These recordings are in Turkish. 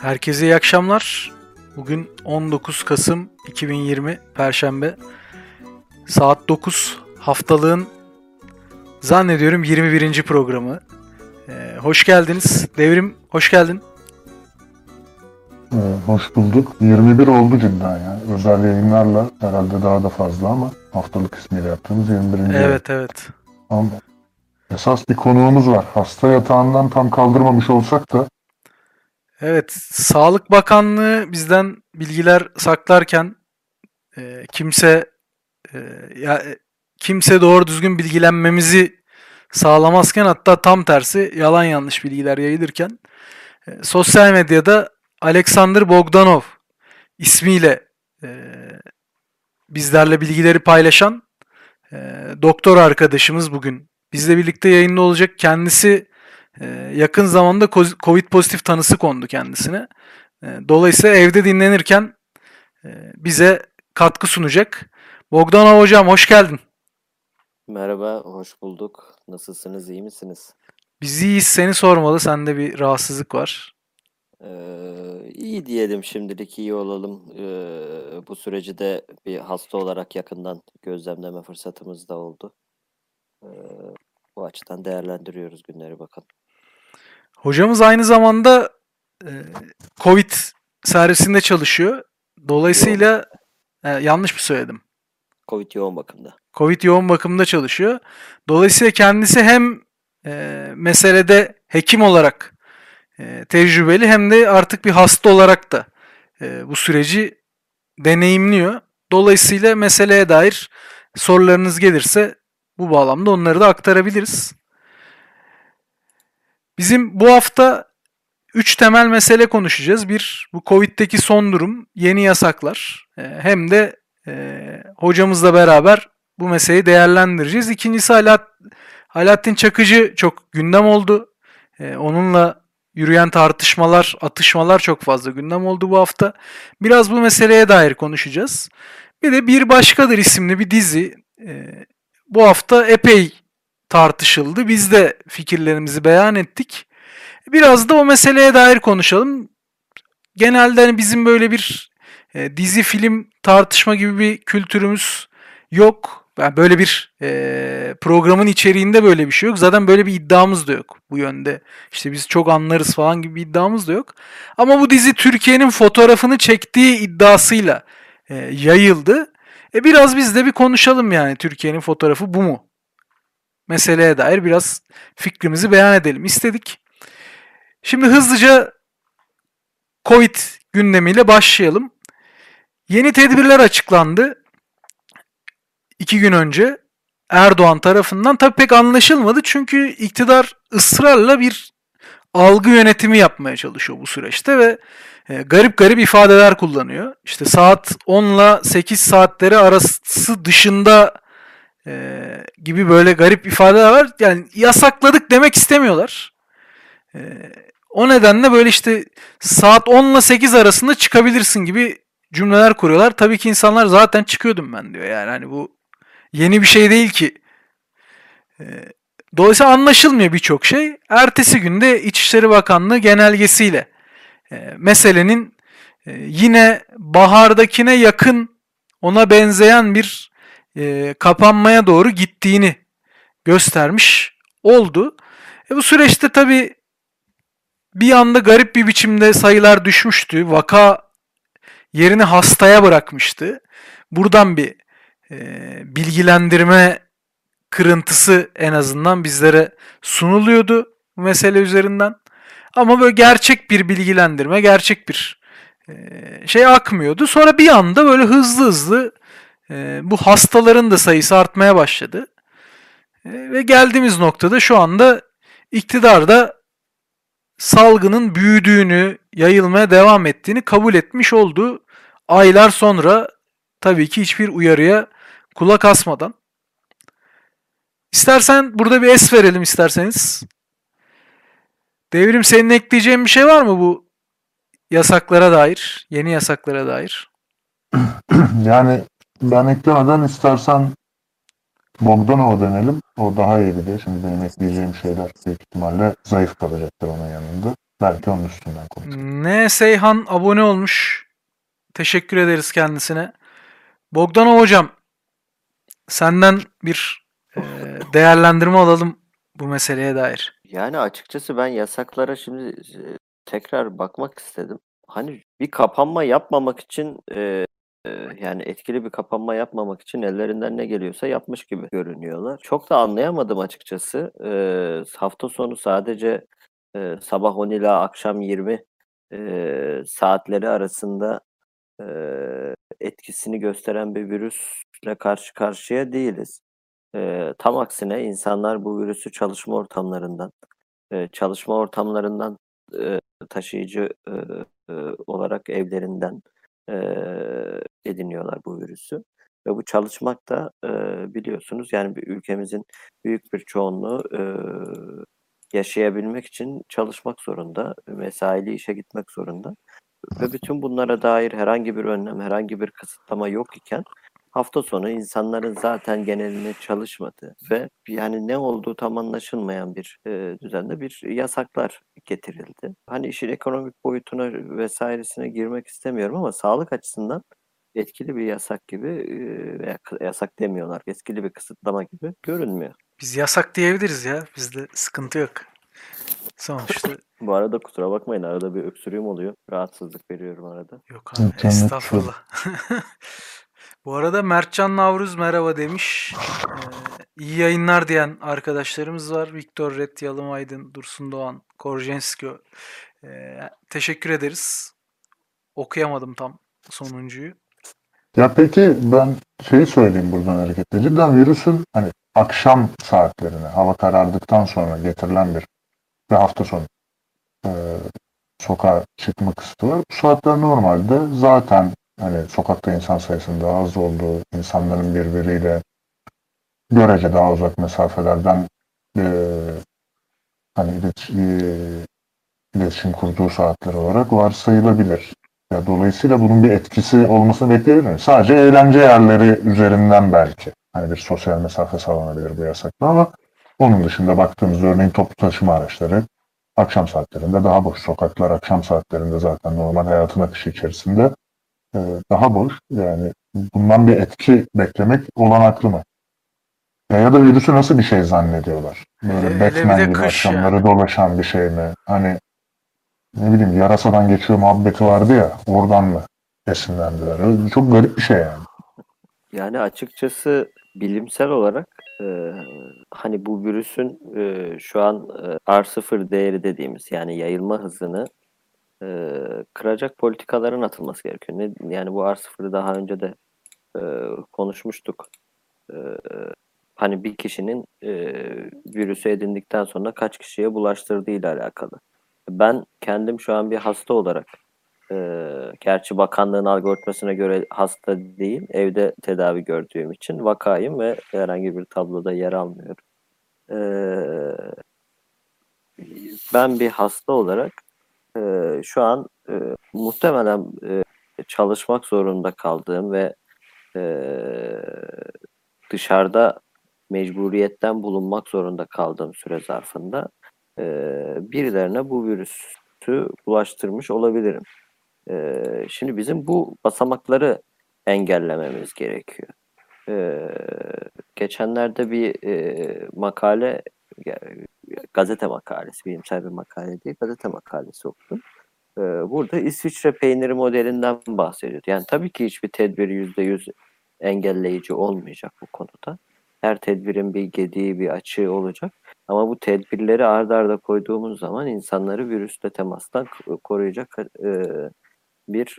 Herkese iyi akşamlar. Bugün 19 Kasım 2020 Perşembe. Saat 9. Haftalığın zannediyorum 21. programı. Hoş geldiniz. Devrim, hoş geldin. Hoş bulduk. 21 oldu cidden ya. Özel yayınlarla herhalde daha da fazla ama haftalık ismiyle yaptığımız 21. Evet. Ama esas bir konuğumuz var. Hasta yatağından tam kaldırmamış olsak da. Evet, Sağlık Bakanlığı bizden bilgiler saklarken kimse kimse doğru düzgün bilgilenmemizi sağlamazken, hatta tam tersi yalan yanlış bilgiler yayılırken sosyal medyada Alexander Bogdanov ismiyle bizlerle bilgileri paylaşan doktor arkadaşımız bugün bizle birlikte yayında olacak. Kendisi yakın zamanda Covid pozitif tanısı kondu kendisine. Dolayısıyla evde dinlenirken bize katkı sunacak. Bogdanov hocam, hoş geldin. Merhaba, hoş bulduk. Nasılsınız, iyi misiniz? Biz iyiyiz, seni sormalı. Sende bir rahatsızlık var. İyi diyelim, şimdilik iyi olalım. Bu süreci de bir hasta olarak yakından gözlemleme fırsatımız da oldu. Bu açıdan değerlendiriyoruz günleri bakalım. Hocamız aynı zamanda Covid servisinde çalışıyor. Dolayısıyla yanlış mı söyledim? Covid yoğun bakımda. Covid yoğun bakımda çalışıyor. Dolayısıyla kendisi hem meselede hekim olarak tecrübeli, hem de artık bir hasta olarak da bu süreci deneyimliyor. Dolayısıyla meseleye dair sorularınız gelirse bu bağlamda onları da aktarabiliriz. Bizim bu hafta 3 temel mesele konuşacağız. Bir, bu Covid'deki son durum, yeni yasaklar. Hem de hocamızla beraber bu meseleyi değerlendireceğiz. İkincisi, Alaaddin Çakıcı çok gündem oldu. Onunla yürüyen tartışmalar, atışmalar çok fazla gündem oldu bu hafta. Biraz bu meseleye dair konuşacağız. Bir de Bir Başkadır isimli bir dizi bu hafta epey tartışıldı. Biz de fikirlerimizi beyan ettik. Biraz da o meseleye dair konuşalım. Genelde hani bizim böyle bir dizi, film tartışma gibi bir kültürümüz yok. Yani böyle bir programın içeriğinde böyle bir şey yok. Zaten böyle bir iddiamız da yok bu yönde. İşte biz çok anlarız falan gibi bir iddiamız da yok. Ama bu dizi Türkiye'nin fotoğrafını çektiği iddiasıyla yayıldı. Biraz biz de bir konuşalım, yani Türkiye'nin fotoğrafı bu mu? Meseleye dair biraz fikrimizi beyan edelim istedik. Şimdi hızlıca Covid gündemiyle başlayalım. Yeni tedbirler açıklandı 2 gün önce Erdoğan tarafından. Tabii pek anlaşılmadı, çünkü iktidar ısrarla bir algı yönetimi yapmaya çalışıyor bu süreçte ve garip garip ifadeler kullanıyor. İşte saat 10 ile 8 saatleri arası dışında gibi böyle garip ifadeler var. Yani yasakladık demek istemiyorlar. O nedenle böyle işte saat 10 ile 8 arasında çıkabilirsin gibi cümleler kuruyorlar. Tabii ki insanlar zaten çıkıyordum ben diyor. Yani hani bu yeni bir şey değil ki. Dolayısıyla anlaşılmıyor birçok şey. Ertesi günde İçişleri Bakanlığı genelgesiyle meselenin yine bahardakine yakın, ona benzeyen bir kapanmaya doğru gittiğini göstermiş oldu. Bu süreçte tabii bir anda garip bir biçimde sayılar düşmüştü. Vaka yerini hastaya bırakmıştı. Buradan bir bilgilendirme kırıntısı en azından bizlere sunuluyordu bu mesele üzerinden. Ama böyle gerçek bir bilgilendirme, gerçek bir şey akmıyordu. Sonra bir anda böyle hızlı hızlı bu hastaların da sayısı artmaya başladı. Ve geldiğimiz noktada şu anda iktidarda salgının büyüdüğünü, yayılmaya devam ettiğini kabul etmiş oldu. Aylar sonra, tabii ki hiçbir uyarıya kulak asmadan. İstersen burada bir es verelim isterseniz. Devrim, senin ekleyeceğin bir şey var mı bu yasaklara dair, yeni yasaklara dair? Yani ben eklemeden istersen Bogdanov'a dönelim. O daha iyi bilir. Şimdi benim ekleyeceğim şeyler büyük ihtimalle zayıf kalacaktır onun yanında. Belki onun üstünden konuşuruz. N. Seyhan abone olmuş. Teşekkür ederiz kendisine. Bogdanov hocam, senden bir değerlendirme alalım bu meseleye dair. Yani açıkçası ben yasaklara şimdi tekrar bakmak istedim. Hani bir kapanma yapmamak için yani etkili bir kapanma yapmamak için ellerinden ne geliyorsa yapmış gibi görünüyorlar. Çok da anlayamadım açıkçası. Hafta sonu sadece sabah 10 ila akşam 20 saatleri arasında etkisini gösteren bir virüsle karşı karşıya değiliz. Tam aksine insanlar bu virüsü çalışma ortamlarından, taşıyıcı, olarak evlerinden, ediniyorlar bu virüsü ve bu çalışmak da, biliyorsunuz, yani, ülkemizin büyük bir çoğunluğu, yaşayabilmek için çalışmak zorunda, mesaili işe gitmek zorunda ve bütün bunlara dair herhangi bir önlem, herhangi bir kısıtlama yok iken hafta sonu insanların zaten genelinde çalışmadığı ve yani ne olduğu tam anlaşılmayan bir, düzende bir yasaklar getirildi. Hani işin ekonomik boyutuna vs.'sine girmek istemiyorum ama sağlık açısından etkili bir yasak gibi, veya yasak demiyorlar, etkili bir kısıtlama gibi görünmüyor. Biz yasak diyebiliriz ya. Bizde sıkıntı yok. Sonuçta Bu arada kusura bakmayın, arada bir öksürüğüm oluyor. Rahatsızlık veriyorum arada. yok abi. İnternet şöyle. Estağfurullah. Bu arada Mertcan Navruz merhaba demiş. İyi yayınlar diyen arkadaşlarımız var. Viktor Red, Yalım Aydın, Dursun Doğan, Korjenski. Teşekkür ederiz. Okuyamadım tam sonuncuyu. Ya peki ben şeyi söyleyeyim buradan hareketle. Cidden virüsün hani akşam saatlerine, hava karardıktan sonra getirilen bir hafta sonu e, sokağa çıkma kısıtı var. Bu saatler normalde zaten hani sokakta insan sayısının daha az olduğu, insanların birbiriyle görece daha uzak mesafelerden e, hani iletişim kurduğu saatler olarak varsayılabilir. Ya dolayısıyla bunun bir etkisi olmasını bekleyebilir. Sadece eğlence yerleri üzerinden belki. Hani bir sosyal mesafe sağlanabilir bu yasakla ama onun dışında baktığımızda örneğin toplu taşıma araçları akşam saatlerinde daha boş. Sokaklar akşam saatlerinde zaten normal hayatın akışı içerisinde daha boş. Yani bundan bir etki beklemek olanaklı mı? Ya da virüsü nasıl bir şey zannediyorlar? Böyle Hele bir Batman de gibi kış yani. akşamları dolaşan bir şey mi? Hani ne bileyim yarasadan geçiyor muhabbeti vardı ya oradan mı esinlendiler? Çok garip bir şey yani. Yani açıkçası bilimsel olarak hani bu virüsün şu an R0 değeri dediğimiz yani yayılma hızını kıracak politikaların atılması gerekiyor. Yani bu R0'ı daha önce de konuşmuştuk. E, Hani bir kişinin virüsü edindikten sonra kaç kişiye bulaştırdığı ile alakalı. Ben kendim şu an bir hasta olarak gerçi bakanlığın algoritmasına göre hasta değil, evde tedavi gördüğüm için vakayım ve herhangi bir tabloda yer almıyorum. Eee, Ben bir hasta olarak şu an muhtemelen çalışmak zorunda kaldığım ve eee, dışarıda mecburiyetten bulunmak zorunda kaldığım süre zarfında birilerine bu virüsü bulaştırmış olabilirim. Şimdi bizim bu basamakları engellememiz gerekiyor. Eee, Geçenlerde bir makale, ya, gazete makalesi, bilimsel bir makale değil, gazete makalesi okudum. Burada İsviçre peyniri modelinden bahsediyordu. Yani tabii ki hiçbir tedbir %100 engelleyici olmayacak bu konuda. Her tedbirin bir gediği, bir açığı olacak. Ama bu tedbirleri art arda koyduğumuz zaman insanları virüsle temastan koruyacak bir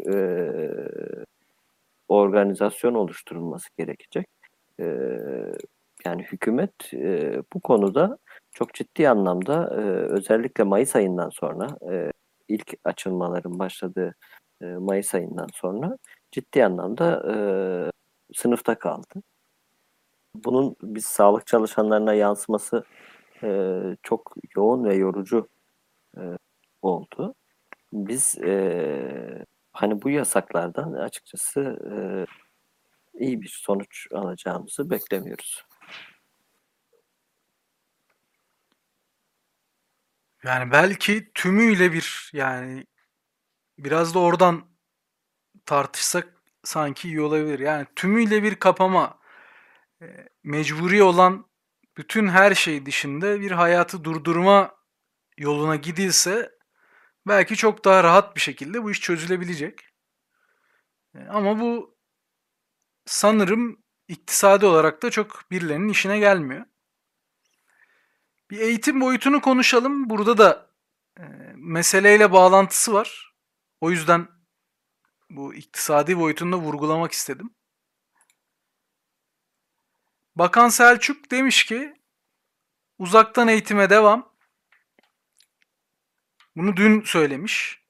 organizasyon oluşturulması gerekecek. Eee, Yani hükümet bu konuda çok ciddi anlamda özellikle Mayıs ayından sonra ilk açılmaların başladığı Mayıs ayından sonra ciddi anlamda sınıfta kaldı. Bunun biz sağlık çalışanlarına yansıması çok yoğun ve yorucu oldu. Biz hani bu yasaklardan açıkçası iyi bir sonuç alacağımızı beklemiyoruz. Yani belki tümüyle bir, yani biraz da oradan tartışsak sanki iyi olabilir. Yani tümüyle bir kapama, mecburi olan bütün her şey dışında bir hayatı durdurma yoluna gidilse belki çok daha rahat bir şekilde bu iş çözülebilecek. Ama bu sanırım iktisadi olarak da çok birilerinin işine gelmiyor. Bir eğitim boyutunu konuşalım. Burada da e, meseleyle bağlantısı var. O yüzden bu iktisadi boyutunu da vurgulamak istedim. Bakan Selçuk demiş ki uzaktan eğitime devam. Bunu dün söylemiş.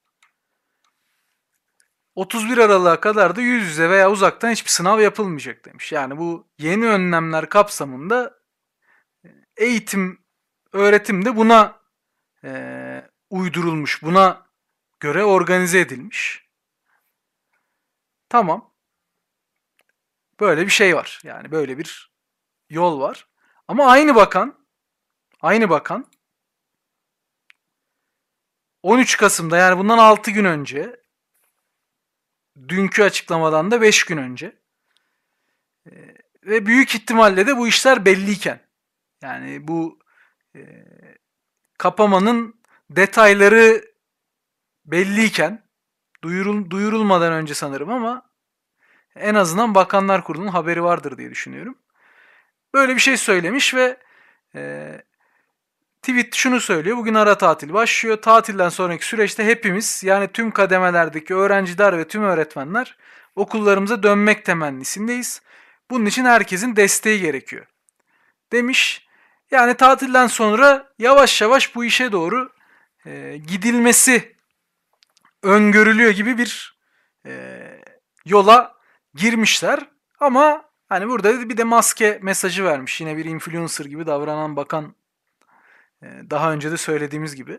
31 Aralık'a kadar da yüz yüze veya uzaktan hiçbir sınav yapılmayacak demiş. Yani bu yeni önlemler kapsamında eğitim, öğretim de buna uydurulmuş, buna göre organize edilmiş. Tamam. Böyle bir şey var. Yani böyle bir yol var. Ama aynı bakan 13 Kasım'da, yani bundan 6 gün önce, dünkü açıklamadan da 5 gün önce ve büyük ihtimalle de bu işler belliyken, yani bu e, kapamanın detayları belliyken, duyurulmadan önce sanırım, ama en azından Bakanlar Kurulu'nun haberi vardır diye düşünüyorum. Böyle bir şey söylemiş ve tweet şunu söylüyor: bugün ara tatil başlıyor. Tatilden sonraki süreçte hepimiz, yani tüm kademelerdeki öğrenciler ve tüm öğretmenler okullarımıza dönmek temennisindeyiz. Bunun için herkesin desteği gerekiyor demiş. Yani tatilden sonra yavaş yavaş bu işe doğru gidilmesi öngörülüyor gibi bir yola girmişler. Ama hani burada bir de maske mesajı vermiş. Yine bir influencer gibi davranan bakan, daha önce de söylediğimiz gibi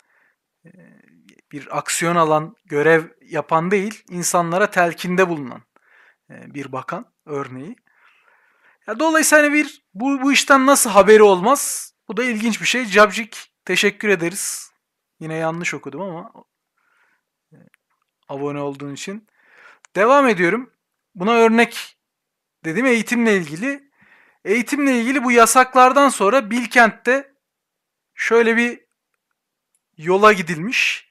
bir aksiyon alan, görev yapan değil, insanlara telkinde bulunan bir bakan örneği. Ya dolayısıyla hani bu işten nasıl haberi olmaz? Bu da ilginç bir şey. Cabcik, teşekkür ederiz. Yine yanlış okudum ama abone olduğun için. Devam ediyorum. Buna örnek dedim eğitimle ilgili. Eğitimle ilgili bu yasaklardan sonra Bilkent'te şöyle bir yola gidilmiş.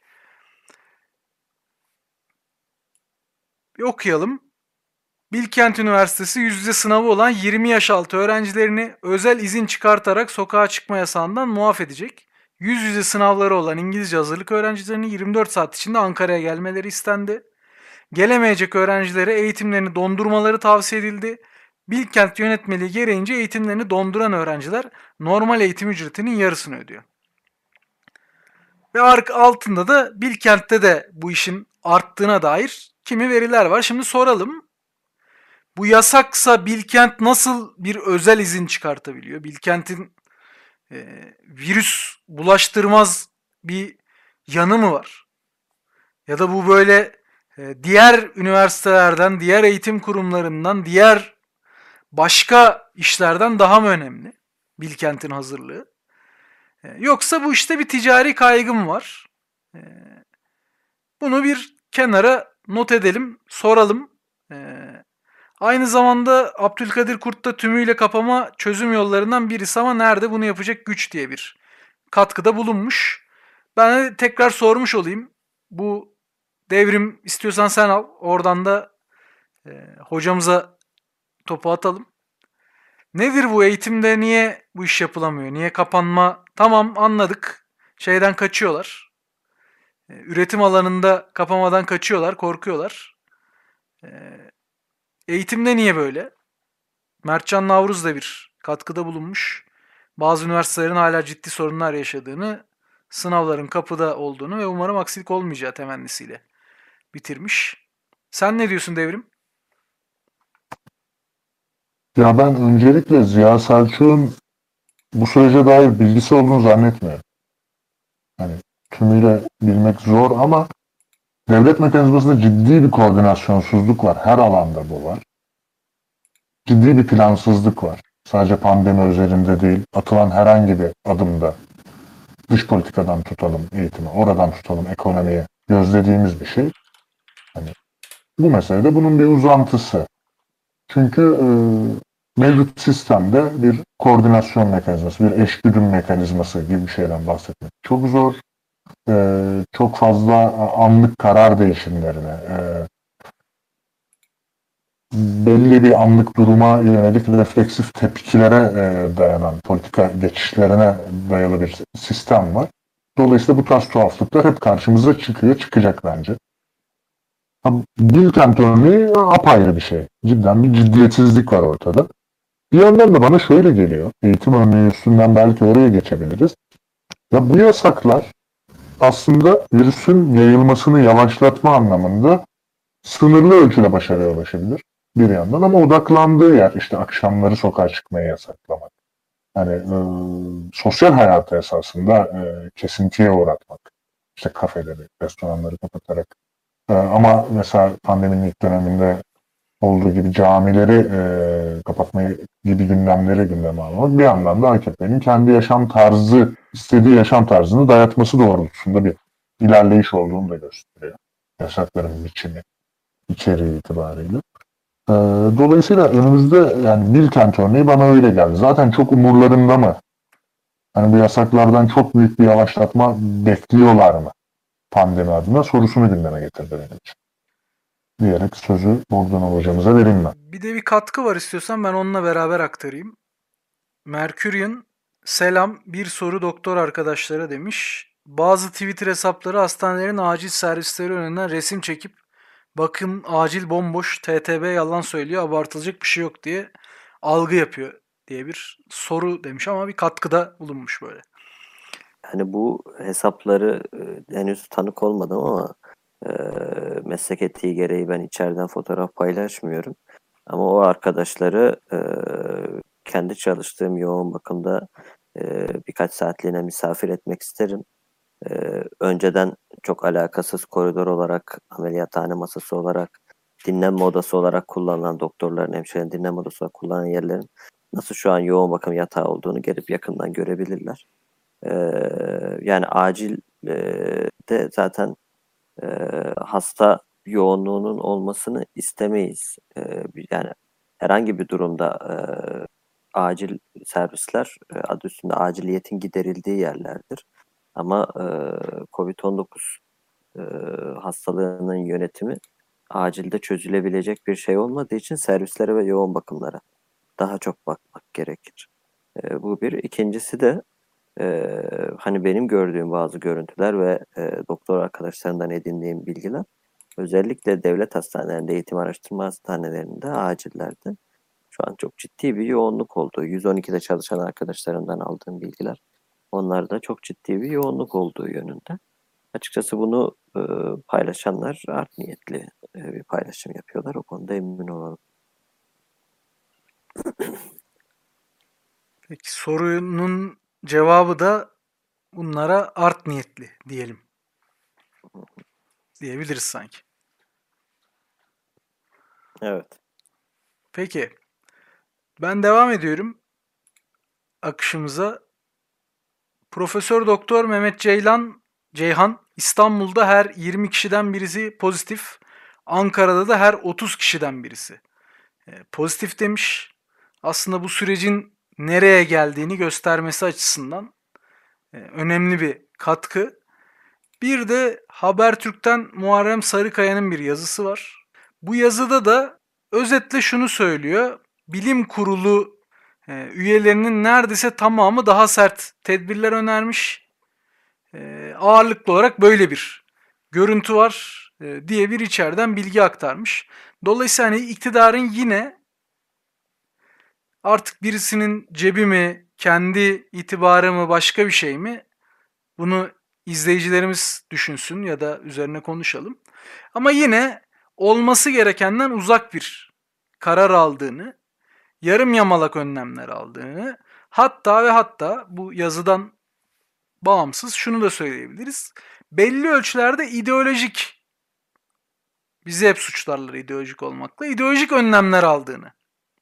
Bir okuyalım. Bilkent Üniversitesi yüz yüze sınavı olan 20 yaş altı öğrencilerini özel izin çıkartarak sokağa çıkma yasağından muaf edecek. Yüz yüze sınavları olan İngilizce hazırlık öğrencilerinin 24 saat içinde Ankara'ya gelmeleri istendi. Gelemeyecek öğrencilere eğitimlerini dondurmaları tavsiye edildi. Bilkent yönetmeliği gereğince eğitimlerini donduran öğrenciler normal eğitim ücretinin yarısını ödüyor. Ve altında da Bilkent'te de bu işin arttığına dair kimi veriler var. Şimdi soralım. Bu yasaksa Bilkent nasıl bir özel izin çıkartabiliyor? Bilkent'in virüs bulaştırmaz bir yanı mı var? Ya da bu böyle diğer üniversitelerden, diğer eğitim kurumlarından, diğer başka işlerden daha mı önemli Bilkent'in hazırlığı? Yoksa bu işte bir ticari kaygı mı var? Bunu bir kenara not edelim, soralım. Aynı zamanda Abdülkadir Kurt da tümüyle kapama çözüm yollarından birisi ama nerede bunu yapacak güç diye bir katkıda bulunmuş. Ben de tekrar sormuş olayım. Bu devrim istiyorsan sen al. Oradan da hocamıza topu atalım. Nedir bu eğitimde, niye bu iş yapılamıyor? Niye kapanma? Tamam, anladık. Şeyden kaçıyorlar. Üretim alanında kapamadan kaçıyorlar, korkuyorlar. Eğitimde niye böyle? Mertcan Navruz da bir katkıda bulunmuş. Bazı üniversitelerin hala ciddi sorunlar yaşadığını, sınavların kapıda olduğunu ve umarım aksilik olmayacağı temennisiyle bitirmiş. Sen ne diyorsun Devrim? Ya ben öncelikle Ziya Selçuk'un bu sürece dair bilgisi olduğunu zannetmiyorum. Hani tümüyle bilmek zor ama devlet mekanizmasında ciddi bir koordinasyonsuzluk var. Her alanda bu var. Ciddi bir plansızlık var. Sadece pandemi özelinde değil, atılan herhangi bir adımda dış politikadan tutalım eğitimi, oradan tutalım ekonomiye gözlediğimiz bir şey. Hani bu meselede bunun bir uzantısı. Çünkü mevcut sistemde bir koordinasyon mekanizması, bir eşgüdüm mekanizması gibi bir şeyden bahsetmek çok zor. Çok fazla anlık karar değişimlerine, belli bir anlık duruma yönelik refleksif tepkilere dayanan politika geçişlerine dayalı bir sistem var. Dolayısıyla bu tarz tuhaflıklar hep karşımıza çıkıyor, çıkacak bence. Bilkent örneği apayrı bir şey. Cidden bir ciddiyetsizlik var ortada. Bir yandan da bana şöyle geliyor. Eğitim örneği üstünden belki oraya geçebiliriz. Ya bu yasaklar aslında virüsün yayılmasını yavaşlatma anlamında sınırlı ölçüde başarıya ulaşabilir bir yandan ama odaklandığı yer işte akşamları sokağa çıkmayı yasaklamak. Hani sosyal hayatı esasında kesintiye uğratmak. İşte kafeleri, restoranları kapatarak. Ama mesela pandeminin ilk döneminde olduğu gibi camileri kapatmayı gibi gündemleri gündeme almak bir yandan da AKP'nin kendi yaşam tarzı, istediği yaşam tarzını dayatması doğrultusunda bir ilerleyiş olduğunu da gösteriyor. Yasakların biçimi, içeriği itibariyle. Dolayısıyla önümüzde yani Bilkent örneği bana öyle geldi. Zaten çok umurlarında mı? Hani bu yasaklardan çok büyük bir yavaşlatma bekliyorlar mı pandemi adına sorusunu gündeme getirdi benim için. Diyerek sözü Bogdanov hocamıza vereyim ben. Bir de bir katkı var, istiyorsan ben onunla beraber aktarayım. Merkurian selam, bir soru doktor arkadaşlara demiş. Bazı Twitter hesapları hastanelerin acil servisleri önünden resim çekip bakın acil bomboş, TTB yalan söylüyor, abartılacak bir şey yok diye algı yapıyor diye bir soru demiş ama bir katkıda bulunmuş böyle. Yani bu hesapları henüz tanık olmadım ama meslek etiği gereği ben içeriden fotoğraf paylaşmıyorum. Ama o arkadaşları kendi çalıştığım yoğun bakımda birkaç saatliğine misafir etmek isterim. Önceden çok alakasız koridor olarak, ameliyathane masası olarak, dinlenme odası olarak kullanılan doktorların, hemşirelerin dinlenme odası olarak kullanılan yerlerin nasıl şu an yoğun bakım yatağı olduğunu gelip yakından görebilirler. Yani acil de zaten hasta yoğunluğunun olmasını istemeyiz. Yani herhangi bir durumda acil servisler adı üstünde aciliyetin giderildiği yerlerdir. Ama COVID-19 hastalığının yönetimi acilde çözülebilecek bir şey olmadığı için servislere ve yoğun bakımlara daha çok bakmak gerekir. Bu bir. İkincisi de hani benim gördüğüm bazı görüntüler ve doktor arkadaşlarımdan edindiğim bilgiler özellikle devlet hastanelerinde, eğitim araştırma hastanelerinde, acillerde şu an çok ciddi bir yoğunluk olduğu, 112'de çalışan arkadaşlarımdan aldığım bilgiler, onlarda çok ciddi bir yoğunluk olduğu yönünde. Açıkçası bunu paylaşanlar art niyetli bir paylaşım yapıyorlar. O konuda emin olalım. Peki sorunun cevabı da bunlara art niyetli diyelim. Diyebiliriz sanki. Evet. Peki. Ben devam ediyorum akışımıza. Profesör Doktor Mehmet Ceyhan İstanbul'da her 20 kişiden birisi pozitif, Ankara'da da her 30 kişiden birisi pozitif demiş. Aslında bu sürecin nereye geldiğini göstermesi açısından önemli bir katkı. Bir de Habertürk'ten Muharrem Sarıkaya'nın bir yazısı var. Bu yazıda da özetle şunu söylüyor. Bilim kurulu üyelerinin neredeyse tamamı daha sert tedbirler önermiş. Ağırlıklı olarak böyle bir görüntü var diye bir içeriden bilgi aktarmış. Dolayısıyla hani iktidarın yine artık birisinin cebi mi, kendi itibarı mı, başka bir şey mi? Bunu izleyicilerimiz düşünsün ya da üzerine konuşalım. Ama yine olması gerekenden uzak bir karar aldığını, yarım yamalak önlemler aldığını, hatta ve hatta bu yazıdan bağımsız şunu da söyleyebiliriz. Belli ölçülerde ideolojik, bizi hep suçlarlar ideolojik olmakla, ideolojik önlemler aldığını.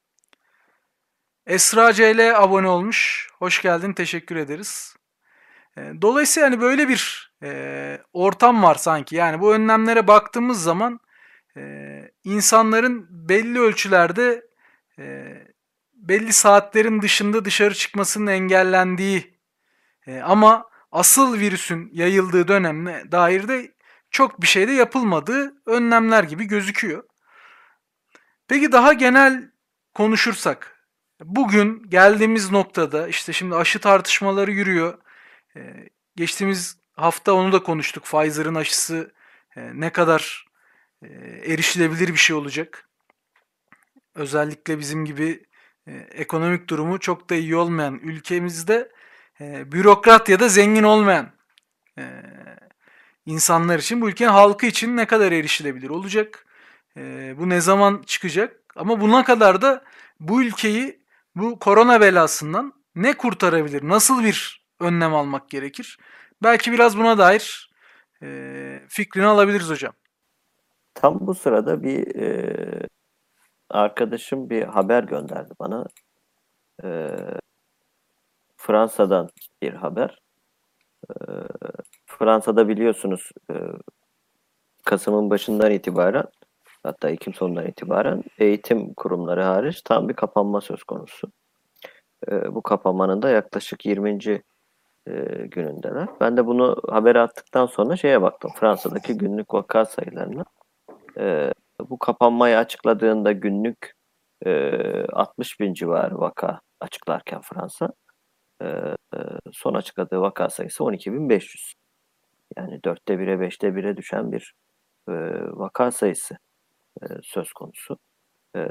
Esra CL abone olmuş. Hoş geldin, teşekkür ederiz. Dolayısıyla hani böyle bir ortam var sanki. Yani bu önlemlere baktığımız zaman insanların belli ölçülerde e, belli saatlerin dışında dışarı çıkmasının engellendiği ama asıl virüsün yayıldığı dönemine dair de çok bir şey de yapılmadığı önlemler gibi gözüküyor. Peki daha genel konuşursak, bugün geldiğimiz noktada işte şimdi aşı tartışmaları yürüyor. Geçtiğimiz hafta onu da konuştuk. Pfizer'ın aşısı ne kadar erişilebilir bir şey olacak. Özellikle bizim gibi ekonomik durumu çok da iyi olmayan ülkemizde bürokrat ya da zengin olmayan e, insanlar için, bu ülkenin halkı için ne kadar erişilebilir olacak? Bu ne zaman çıkacak? Ama buna kadar da bu ülkeyi bu korona belasından ne kurtarabilir? Nasıl bir önlem almak gerekir? Belki biraz buna dair fikrini alabiliriz hocam. Tam bu sırada bir arkadaşım bir haber gönderdi bana. E, Fransa'dan bir haber. E, Fransa'da biliyorsunuz Kasım'ın başından itibaren, hatta Ekim sonundan itibaren eğitim kurumları hariç tam bir kapanma söz konusu. Bu kapanmanın da yaklaşık 20. Günündeler. Ben de bunu haberi attıktan sonra şeye baktım. Fransa'daki günlük vaka sayılarına. Bu kapanmayı açıkladığında günlük 60 bin civarı vaka açıklarken Fransa e, e, son açıkladığı vaka sayısı 12.500. Yani 1/4'e 5'te 1'e düşen bir vaka sayısı söz konusu. E,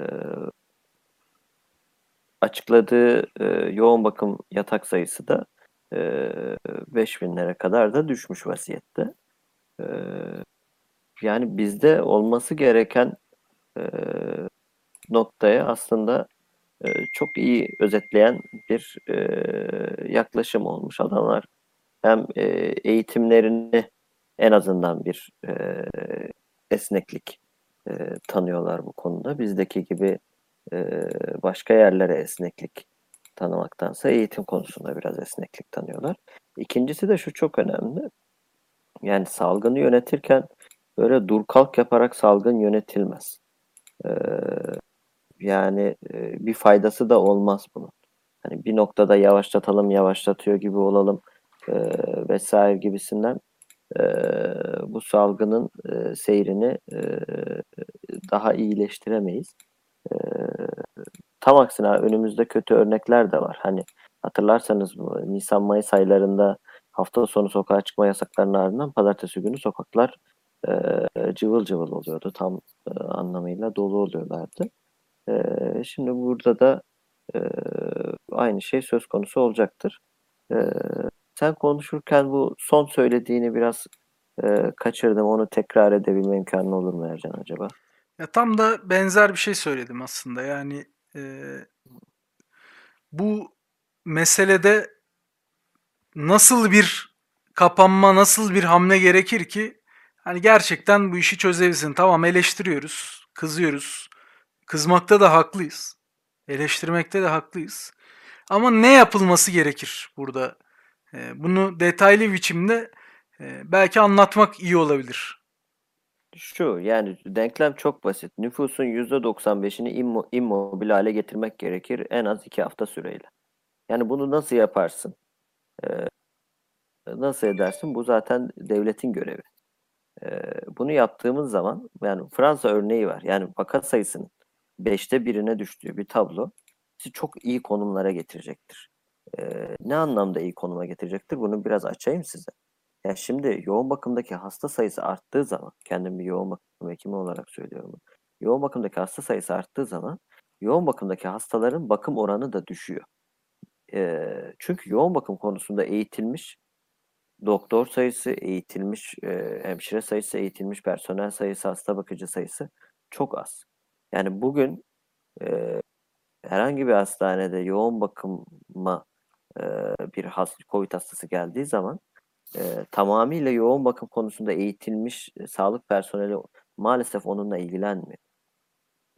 Açıkladığı yoğun bakım yatak sayısı da 5.000'lere kadar da düşmüş vaziyette. E, Yani bizde olması gereken e, noktaya aslında çok iyi özetleyen bir yaklaşım olmuş. Adamlar hem eğitimlerini en azından bir esneklik tanıyorlar bu konuda. Bizdeki gibi başka yerlere esneklik tanımaktansa eğitim konusunda biraz esneklik tanıyorlar. İkincisi de şu çok önemli. Yani salgını yönetirken böyle dur kalk yaparak salgın yönetilmez. Ee, Yani bir faydası da olmaz bunun. Hani bir noktada yavaşlatalım, yavaşlatıyor gibi olalım e, vesaire gibisinden e, bu salgının seyrini daha iyileştiremeyiz. E, Tam aksine önümüzde kötü örnekler de var. Hani hatırlarsanız bu Nisan-Mayıs aylarında hafta sonu sokağa çıkma yasaklarının ardından pazartesi günü sokaklar e, cıvıl cıvıl oluyordu. Tam anlamıyla dolu oluyorlardı. Şimdi burada da e, aynı şey söz konusu olacaktır. E, Sen konuşurken bu son söylediğini biraz kaçırdım. Onu tekrar edebilme imkanı olur mu Ercan acaba? Ya tam da benzer bir şey söyledim aslında. Yani e, bu meselede nasıl bir kapanma, nasıl bir hamle gerekir ki hani gerçekten bu işi çözebilsin. Tamam, eleştiriyoruz, kızıyoruz. Kızmakta da haklıyız. Eleştirmekte de haklıyız. Ama ne yapılması gerekir burada? Bunu detaylı bir biçimde belki anlatmak iyi olabilir. Şu yani denklem çok basit. Nüfusun %95'ini immobil hale getirmek gerekir en az 2 hafta süreyle. Yani bunu nasıl yaparsın? Nasıl edersin? Bu zaten devletin görevi. Bunu yaptığımız zaman yani Fransa örneği var. Yani vaka sayısının 1/5'e düştüğü bir tablo sizi çok iyi konumlara getirecektir. Ne anlamda iyi konuma getirecektir? Bunu biraz açayım size. Ya şimdi yoğun bakımdaki hasta sayısı arttığı zaman, kendim bir yoğun bakım hekimi olarak söylüyorum. Yoğun bakımdaki hasta sayısı arttığı zaman yoğun bakımdaki hastaların bakım oranı da düşüyor. Çünkü yoğun bakım konusunda eğitilmiş doktor sayısı, eğitilmiş hemşire sayısı, eğitilmiş personel sayısı, hasta bakıcı sayısı çok az. Yani bugün e, herhangi bir hastanede yoğun bakıma e, bir COVID hastası geldiği zaman tamamıyla yoğun bakım konusunda eğitilmiş sağlık personeli maalesef onunla ilgilenmiyor.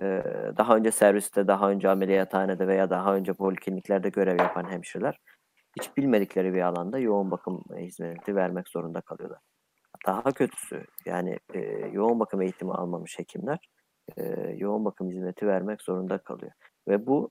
Daha önce serviste, daha önce ameliyathanede veya daha önce polikliniklerde görev yapan hemşireler hiç bilmedikleri bir alanda yoğun bakım hizmeti vermek zorunda kalıyorlar. Daha kötüsü yani yoğun bakım eğitimi almamış hekimler yoğun bakım hizmeti vermek zorunda kalıyor. Ve bu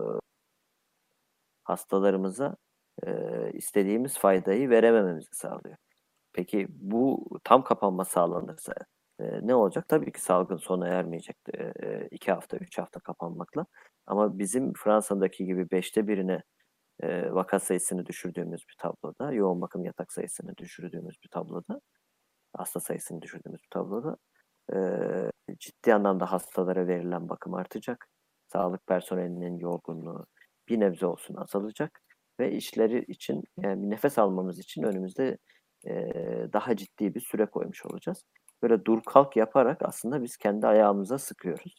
hastalarımıza istediğimiz faydayı veremememizi sağlıyor. Peki bu tam kapanma sağlanırsa ne olacak? Tabii ki salgın sona ermeyecek 2 hafta, 3 hafta kapanmakla. Ama bizim Fransa'daki gibi 1/5'ine vaka sayısını düşürdüğümüz bir tabloda, yoğun bakım yatak sayısını düşürdüğümüz bir tabloda, hasta sayısını düşürdüğümüz bir tabloda ciddi anlamda hastalara verilen bakım artacak. Sağlık personelinin yorgunluğu bir nebze olsun azalacak ve işleri için yani nefes almamız için önümüzde daha ciddi bir süre koymuş olacağız. Böyle dur kalk yaparak aslında biz kendi ayağımıza sıkıyoruz.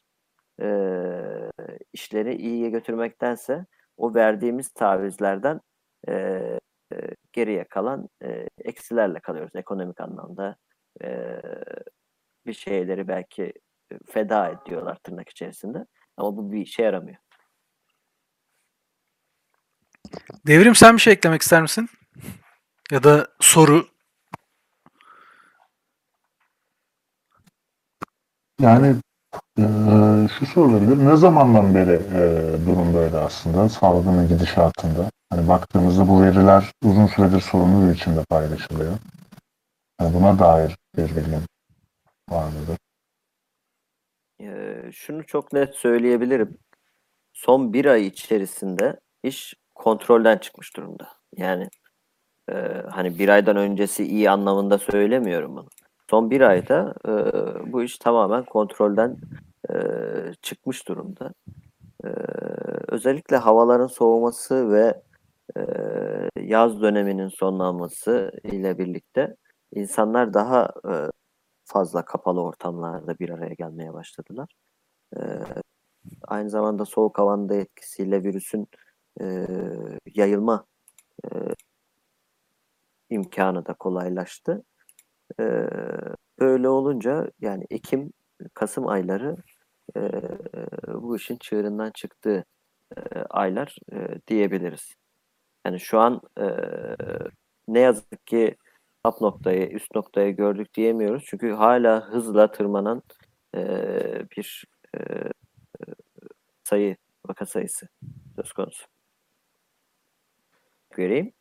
İşleri iyiye götürmektense o verdiğimiz tavizlerden eee, geriye kalan eksilerle kalıyoruz ekonomik anlamda. Eee, Bir şeyleri belki feda ediyorlar tırnak içerisinde ama bu bir işe yaramıyor. Devrim, sen bir şey eklemek ister misin? Ya da soru. Yani şu sorulabilir. Ne zamandan beri durum böyle aslında salgının gidişatında? Hani baktığımızda bu veriler uzun süredir sorunlu bir biçimde paylaşılıyor. Yani buna dair bir bilgin var mıdır? Şunu çok net söyleyebilirim. Son bir ay içerisinde iş kontrolden çıkmış durumda. Yani hani bir aydan öncesi iyi anlamında söylemiyorum bunu. Son bir ayda bu iş tamamen kontrolden e, çıkmış durumda. E, Özellikle havaların soğuması ve e, yaz döneminin sonlanması ile birlikte insanlar daha fazla kapalı ortamlarda bir araya gelmeye başladılar. E, Aynı zamanda soğuk havanın da etkisiyle virüsün e, yayılma e, imkanı da kolaylaştı. Ee, Böyle olunca yani Ekim, Kasım ayları e, bu işin çığırından çıktığı aylar diyebiliriz. Yani şu an ne yazık ki top noktayı, üst noktayı gördük diyemiyoruz. Çünkü hala hızla tırmanan bir e, sayı, vaka sayısı söz konusu. Göreyim.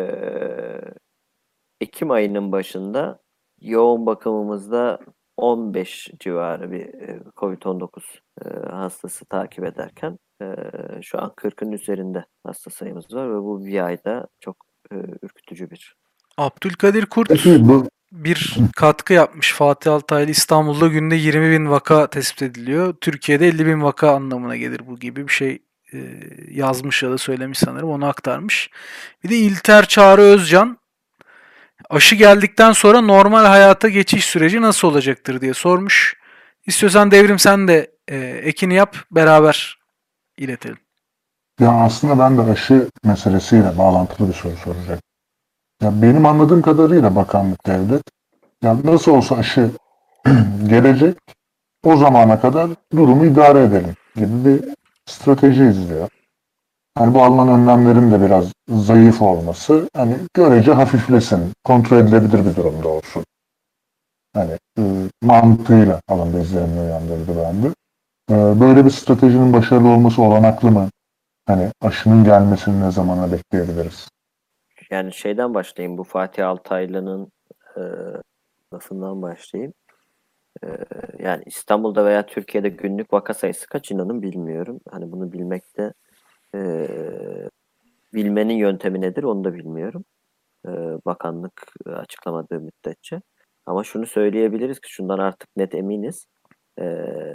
Ekim ayının başında yoğun bakımımızda 15 civarı bir COVID-19 hastası takip ederken şu an 40'ın üzerinde hasta sayımız var ve bu bir ayda çok ürkütücü bir. Abdülkadir Kurt Peki bu bir katkı yapmış. Fatih Altaylı, İstanbul'da günde 20 bin vaka tespit ediliyor. Türkiye'de 50 bin vaka anlamına gelir bu gibi bir şey yazmış ya da söylemiş sanırım. Onu aktarmış. Bir de İlter Çağrı Özcan, aşı geldikten sonra normal hayata geçiş süreci nasıl olacaktır diye sormuş. İstiyorsan Devrim, sen de ekini yap, beraber iletelim. ya aslında ben de aşı meselesiyle bağlantılı bir soru soracağım. Ya benim anladığım kadarıyla bakanlık devlet ya nasıl olsa aşı gelecek o zamana kadar durumu idare edelim gibi bir strateji izliyor. Hani bu alınan önlemlerin de biraz zayıf olması hani görece hafiflesin, kontrol edilebilir bir durumda olsun. Hani mantığıyla alındı izlenimini uyandırdı bende. Böyle bir stratejinin başarılı olması olanaklı mı? Hani aşının gelmesini ne zamana bekleyebiliriz? Yani şeyden başlayayım, bu Fatih Altaylı'nın e, lafından başlayayım. E, Yani İstanbul'da veya Türkiye'de günlük vaka sayısı kaç inanın bilmiyorum. Hani bunu bilmekte e, bilmenin yöntemi nedir onu da bilmiyorum. e, Bakanlık açıklamadığı müddetçe. Ama şunu söyleyebiliriz ki şundan artık net eminiz. E,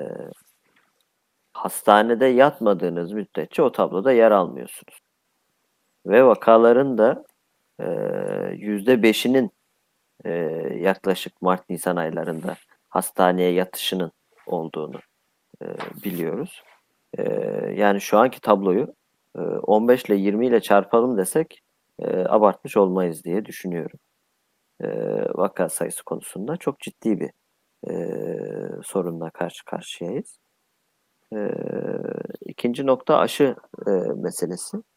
Hastanede yatmadığınız müddetçe o tabloda yer almıyorsunuz. Ve vakaların da %5'inin yaklaşık Mart-Nisan aylarında hastaneye yatışının olduğunu e, biliyoruz. E, Yani şu anki tabloyu 15 ile 20 ile çarpalım desek abartmış olmayız diye düşünüyorum. Vaka sayısı konusunda çok ciddi bir sorunla karşı karşıyayız. İkinci nokta aşı meselesi.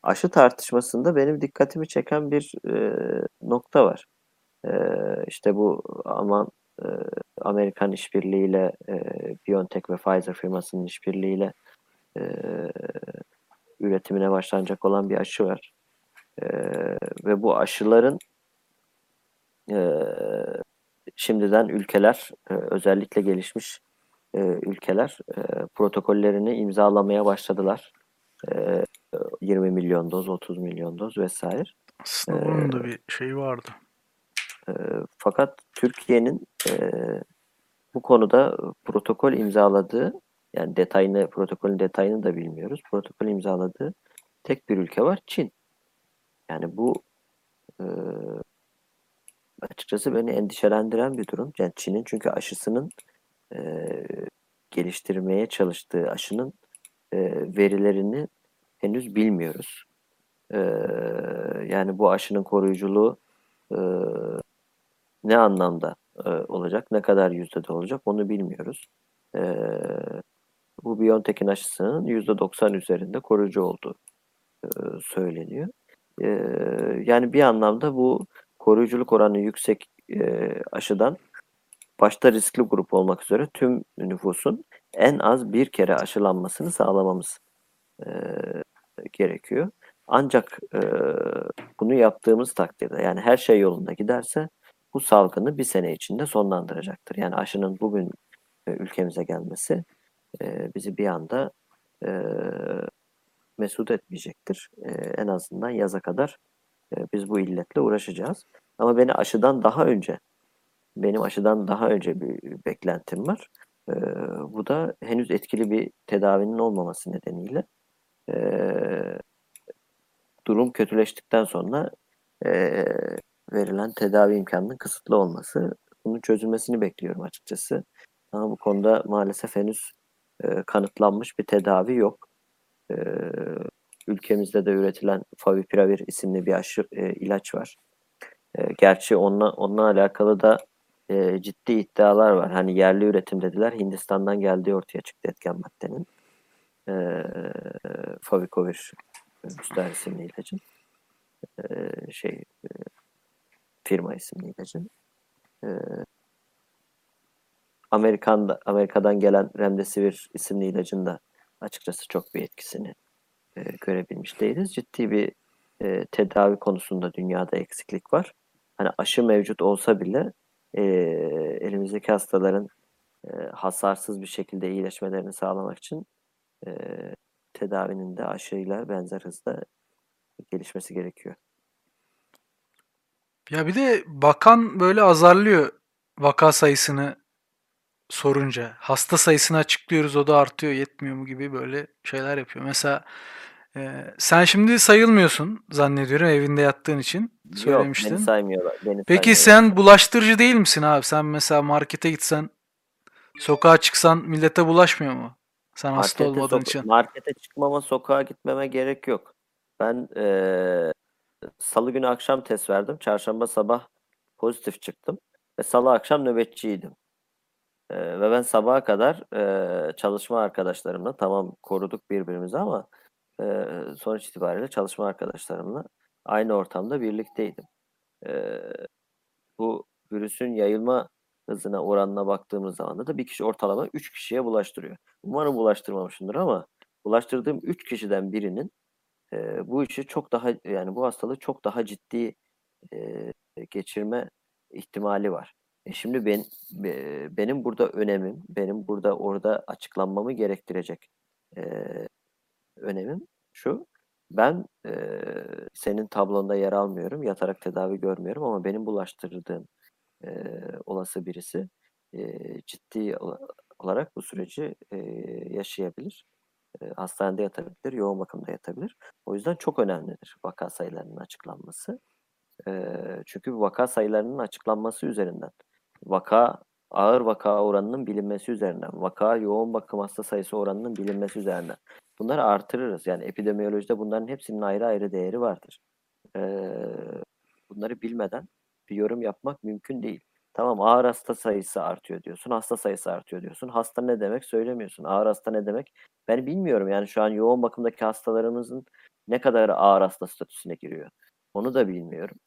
aşı tartışmasında benim dikkatimi çeken bir nokta var. İşte bu e, Amerikan işbirliğiyle BioNTech ve Pfizer firmasının işbirliğiyle e, üretimine başlanacak olan bir aşı var. E, Ve bu aşıların e, şimdiden ülkeler, özellikle gelişmiş ülkeler protokollerini imzalamaya başladılar. E, 20 milyon doz, 30 milyon doz vesaire. Aslında bunun da bir şeyi vardı. Fakat Türkiye'nin bu konuda protokol imzaladığı, yani protokolün detayını da bilmiyoruz. Protokol imzaladığı tek bir ülke var, Çin. Yani bu e, açıkçası beni endişelendiren bir durum. Yani Çin'in çünkü aşısının e, geliştirmeye çalıştığı aşının verilerini henüz bilmiyoruz. E, Yani bu aşının koruyuculuğu e, ne anlamda olacak, ne kadar yüzdede olacak onu bilmiyoruz. E, Bu BioNTech'in aşısının %90 üzerinde koruyucu olduğu söyleniyor. E, Yani bir anlamda bu koruyuculuk oranı yüksek aşıdan başta riskli grup olmak üzere tüm nüfusun en az bir kere aşılanmasını sağlamamız e, gerekiyor. Ancak bunu yaptığımız takdirde, yani her şey yolunda giderse, bu salgını bir sene içinde sonlandıracaktır. Yani aşının bugün ülkemize gelmesi bizi bir anda e, mesut etmeyecektir. En azından yaza kadar biz bu illetle uğraşacağız. Ama benim aşıdan daha önce bir beklentim var. Bu da henüz etkili bir tedavinin olmaması nedeniyle durum kötüleştikten sonra verilen tedavi imkanının kısıtlı olması. Bunun çözülmesini bekliyorum açıkçası. Ama bu konuda maalesef henüz kanıtlanmış bir tedavi yok. E, Ülkemizde de üretilen Favipiravir isimli bir ilaç var. Gerçi onunla alakalı da ciddi iddialar var. Hani yerli üretim dediler. Hindistan'dan geldiği ortaya çıktı etken maddenin. E, Favikovir Müstahar isimli ilacın. Şey firma isimli ilacın. E, Amerika'dan gelen Remdesivir isimli ilacın da açıkçası çok bir etkisini görebilmiş değiliz. Ciddi bir tedavi konusunda dünyada eksiklik var. Hani aşı mevcut olsa bile e, elimizdeki hastaların hasarsız bir şekilde iyileşmelerini sağlamak için e, tedavinin de aşıyla benzer hızda gelişmesi gerekiyor. Ya bir de bakan böyle azarlıyor vaka sayısını sorunca. Hasta sayısını açıklıyoruz, o da artıyor, yetmiyor mu gibi böyle şeyler yapıyor. Mesela sen şimdi sayılmıyorsun zannediyorum, evinde yattığın için Yok, beni söylemiştin. saymıyorlar. Beni Peki saymıyorlar. sen bulaştırıcı değil misin abi? Sen mesela markete gitsen, sokağa çıksan millete bulaşmıyor mu? Sen hasta olmadığın için. Markete çıkmama, sokağa gitmeme gerek yok. Ben Salı günü akşam test verdim. Çarşamba sabah pozitif çıktım. Ve Salı akşam nöbetçiydim. Ve ben sabaha kadar çalışma arkadaşlarımla, tamam koruduk birbirimizi ama sonuç itibariyle çalışma arkadaşlarımla aynı ortamda birlikteydim. E, Bu virüsün yayılma hızına, oranına baktığımız zaman da bir kişi ortalama 3 kişiye bulaştırıyor. Umarım bulaştırmamışımdır ama bulaştırdığım 3 kişiden birinin bu işi çok daha, yani bu hastalığı çok daha ciddi geçirme ihtimali var. Şimdi benim burada önemim, benim burada orada açıklanmamı gerektirecek önemim şu: ben senin tablonda yer almıyorum, yatarak tedavi görmüyorum ama benim bulaştırdığım olası birisi ciddi olarak bu süreci yaşayabilir. Hastanede yatabilir, yoğun bakımda yatabilir. O yüzden çok önemlidir vaka sayılarının açıklanması. Çünkü bu vaka sayılarının açıklanması üzerinden, ağır vaka oranının bilinmesi üzerinden, yoğun bakım hasta sayısı oranının bilinmesi üzerinden bunları artırırız. Yani epidemiyolojide bunların hepsinin ayrı ayrı değeri vardır. Bunları bilmeden bir yorum yapmak mümkün değil. Tamam, ağır hasta sayısı artıyor diyorsun, hasta sayısı artıyor diyorsun. Hasta ne demek söylemiyorsun. Ağır hasta ne demek? Ben bilmiyorum. Yani şu an yoğun bakımdaki hastalarımızın Ne kadar ağır hasta statüsüne giriyor? Onu da bilmiyorum.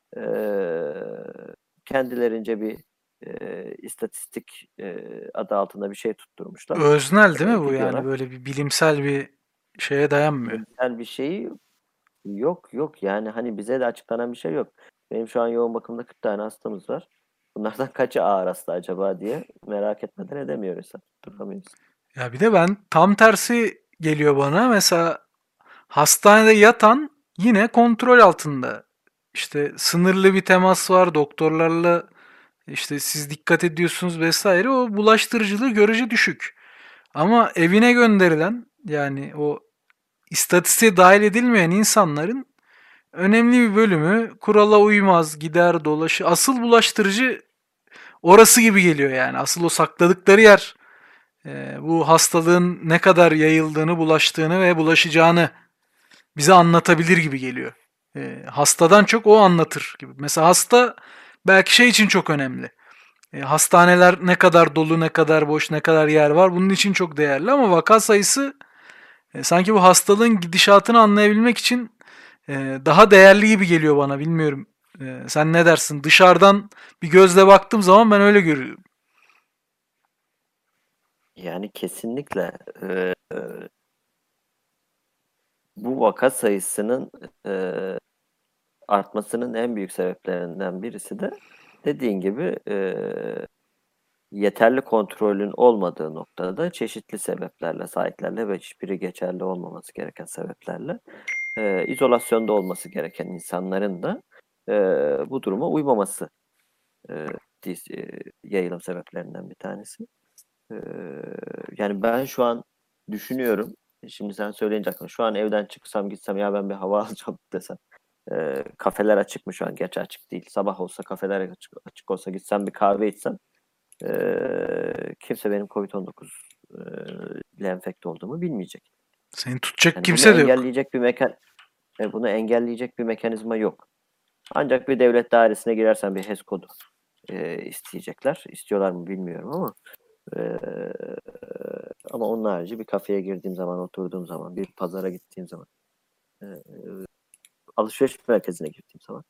Kendilerince bir istatistik adı altında bir şey tutturmuşlar. Öznel değil mi bu yani? Gidiyorlar. Böyle bir bilimsel bir şeye dayanmıyor. Bilimsel bir şeyi yok. Yani hani bize de açıklanan bir şey yok. Benim şu an yoğun bakımda 40 tane hastamız var. Bunlardan kaçı ağır hasta acaba diye merak etmeden edemiyoruz. Duramıyoruz. Ya bir de ben tam tersi geliyor bana. Mesela hastanede yatan yine kontrol altında. İşte sınırlı bir temas var doktorlarla, işte siz dikkat ediyorsunuz vesaire, o bulaştırıcılığı görece düşük. Ama evine gönderilen, yani o istatistiğe dahil edilmeyen insanların önemli bir bölümü kurala uymaz, gider dolaşı. Asıl bulaştırıcı orası gibi geliyor yani. Asıl o sakladıkları yer bu hastalığın ne kadar yayıldığını, bulaştığını ve bulaşacağını bize anlatabilir gibi geliyor. Hastadan çok o anlatır gibi. Mesela hasta belki şey için çok önemli. Hastaneler ne kadar dolu, ne kadar boş, ne kadar yer var, bunun için çok değerli, ama vaka sayısı sanki bu hastalığın gidişatını anlayabilmek için daha değerli gibi geliyor bana, bilmiyorum. Sen ne dersin? Dışarıdan bir gözle baktığım zaman ben öyle görüyorum. Yani kesinlikle bu vaka sayısının artmasının en büyük sebeplerinden birisi de dediğin gibi yeterli kontrolün olmadığı noktada çeşitli sebeplerle, sahiplerle ve hiçbiri geçerli olmaması gereken sebeplerle izolasyonda olması gereken insanların da bu duruma uymaması e, yayılım sebeplerinden bir tanesi. E, Yani ben şu an düşünüyorum, şimdi sen söyleyince aklıma, şu an evden çıksam gitsem ya ben bir hava alacağım desem. Kafeler açık mı şu an? Gerçi açık değil. Sabah olsa kafeler açık olsa gitsem bir kahve içsem kimse benim COVID-19 ile enfekte olduğumu bilmeyecek. Seni tutacak Yani bunu kimse de yok. engelleyecek bir bunu engelleyecek bir mekanizma yok. Ancak bir devlet dairesine girersen bir HES kodu isteyecekler. İstiyorlar mı bilmiyorum ama e, ama onun harici bir kafeye girdiğim zaman, oturduğum zaman, bir pazara gittiğim zaman, e, alışveriş merkezine girdiğim zaman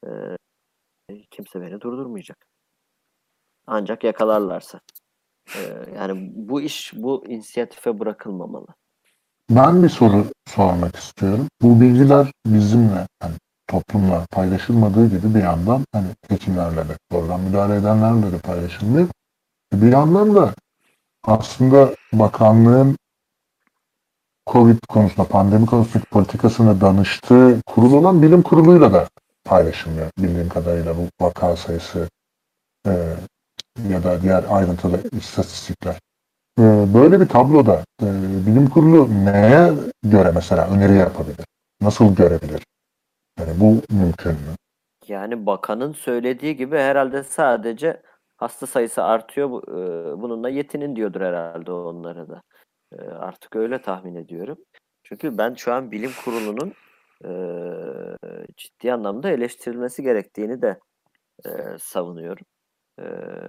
kimse beni durdurmayacak. Ancak yakalarlarsa. Yani bu iş bu inisiyatife bırakılmamalı. Ben bir soru sormak istiyorum. Bu bilgiler bizimle, hani toplumla paylaşılmadığı gibi bir yandan hani hekimlerle de, oradan müdahale edenlerle de paylaşılmıyor. Bir yandan da aslında bakanlığın COVID konusunda, pandemi konusundaki politikasına danıştığı kurul olan bilim kuruluyla da paylaşılmıyor bildiğim kadarıyla bu vaka sayısı e, ya da diğer ayrıntılı istatistikler. Böyle bir tabloda bilim kurulu neye göre mesela öneri yapabilir? Nasıl görebilir? Yani bu mümkün mü? Yani bakanın söylediği gibi herhalde sadece hasta sayısı artıyor. Bununla yetinin diyordur herhalde onlara da. Artık öyle tahmin ediyorum. Çünkü ben şu an bilim kurulunun ciddi anlamda eleştirilmesi gerektiğini de savunuyorum. E,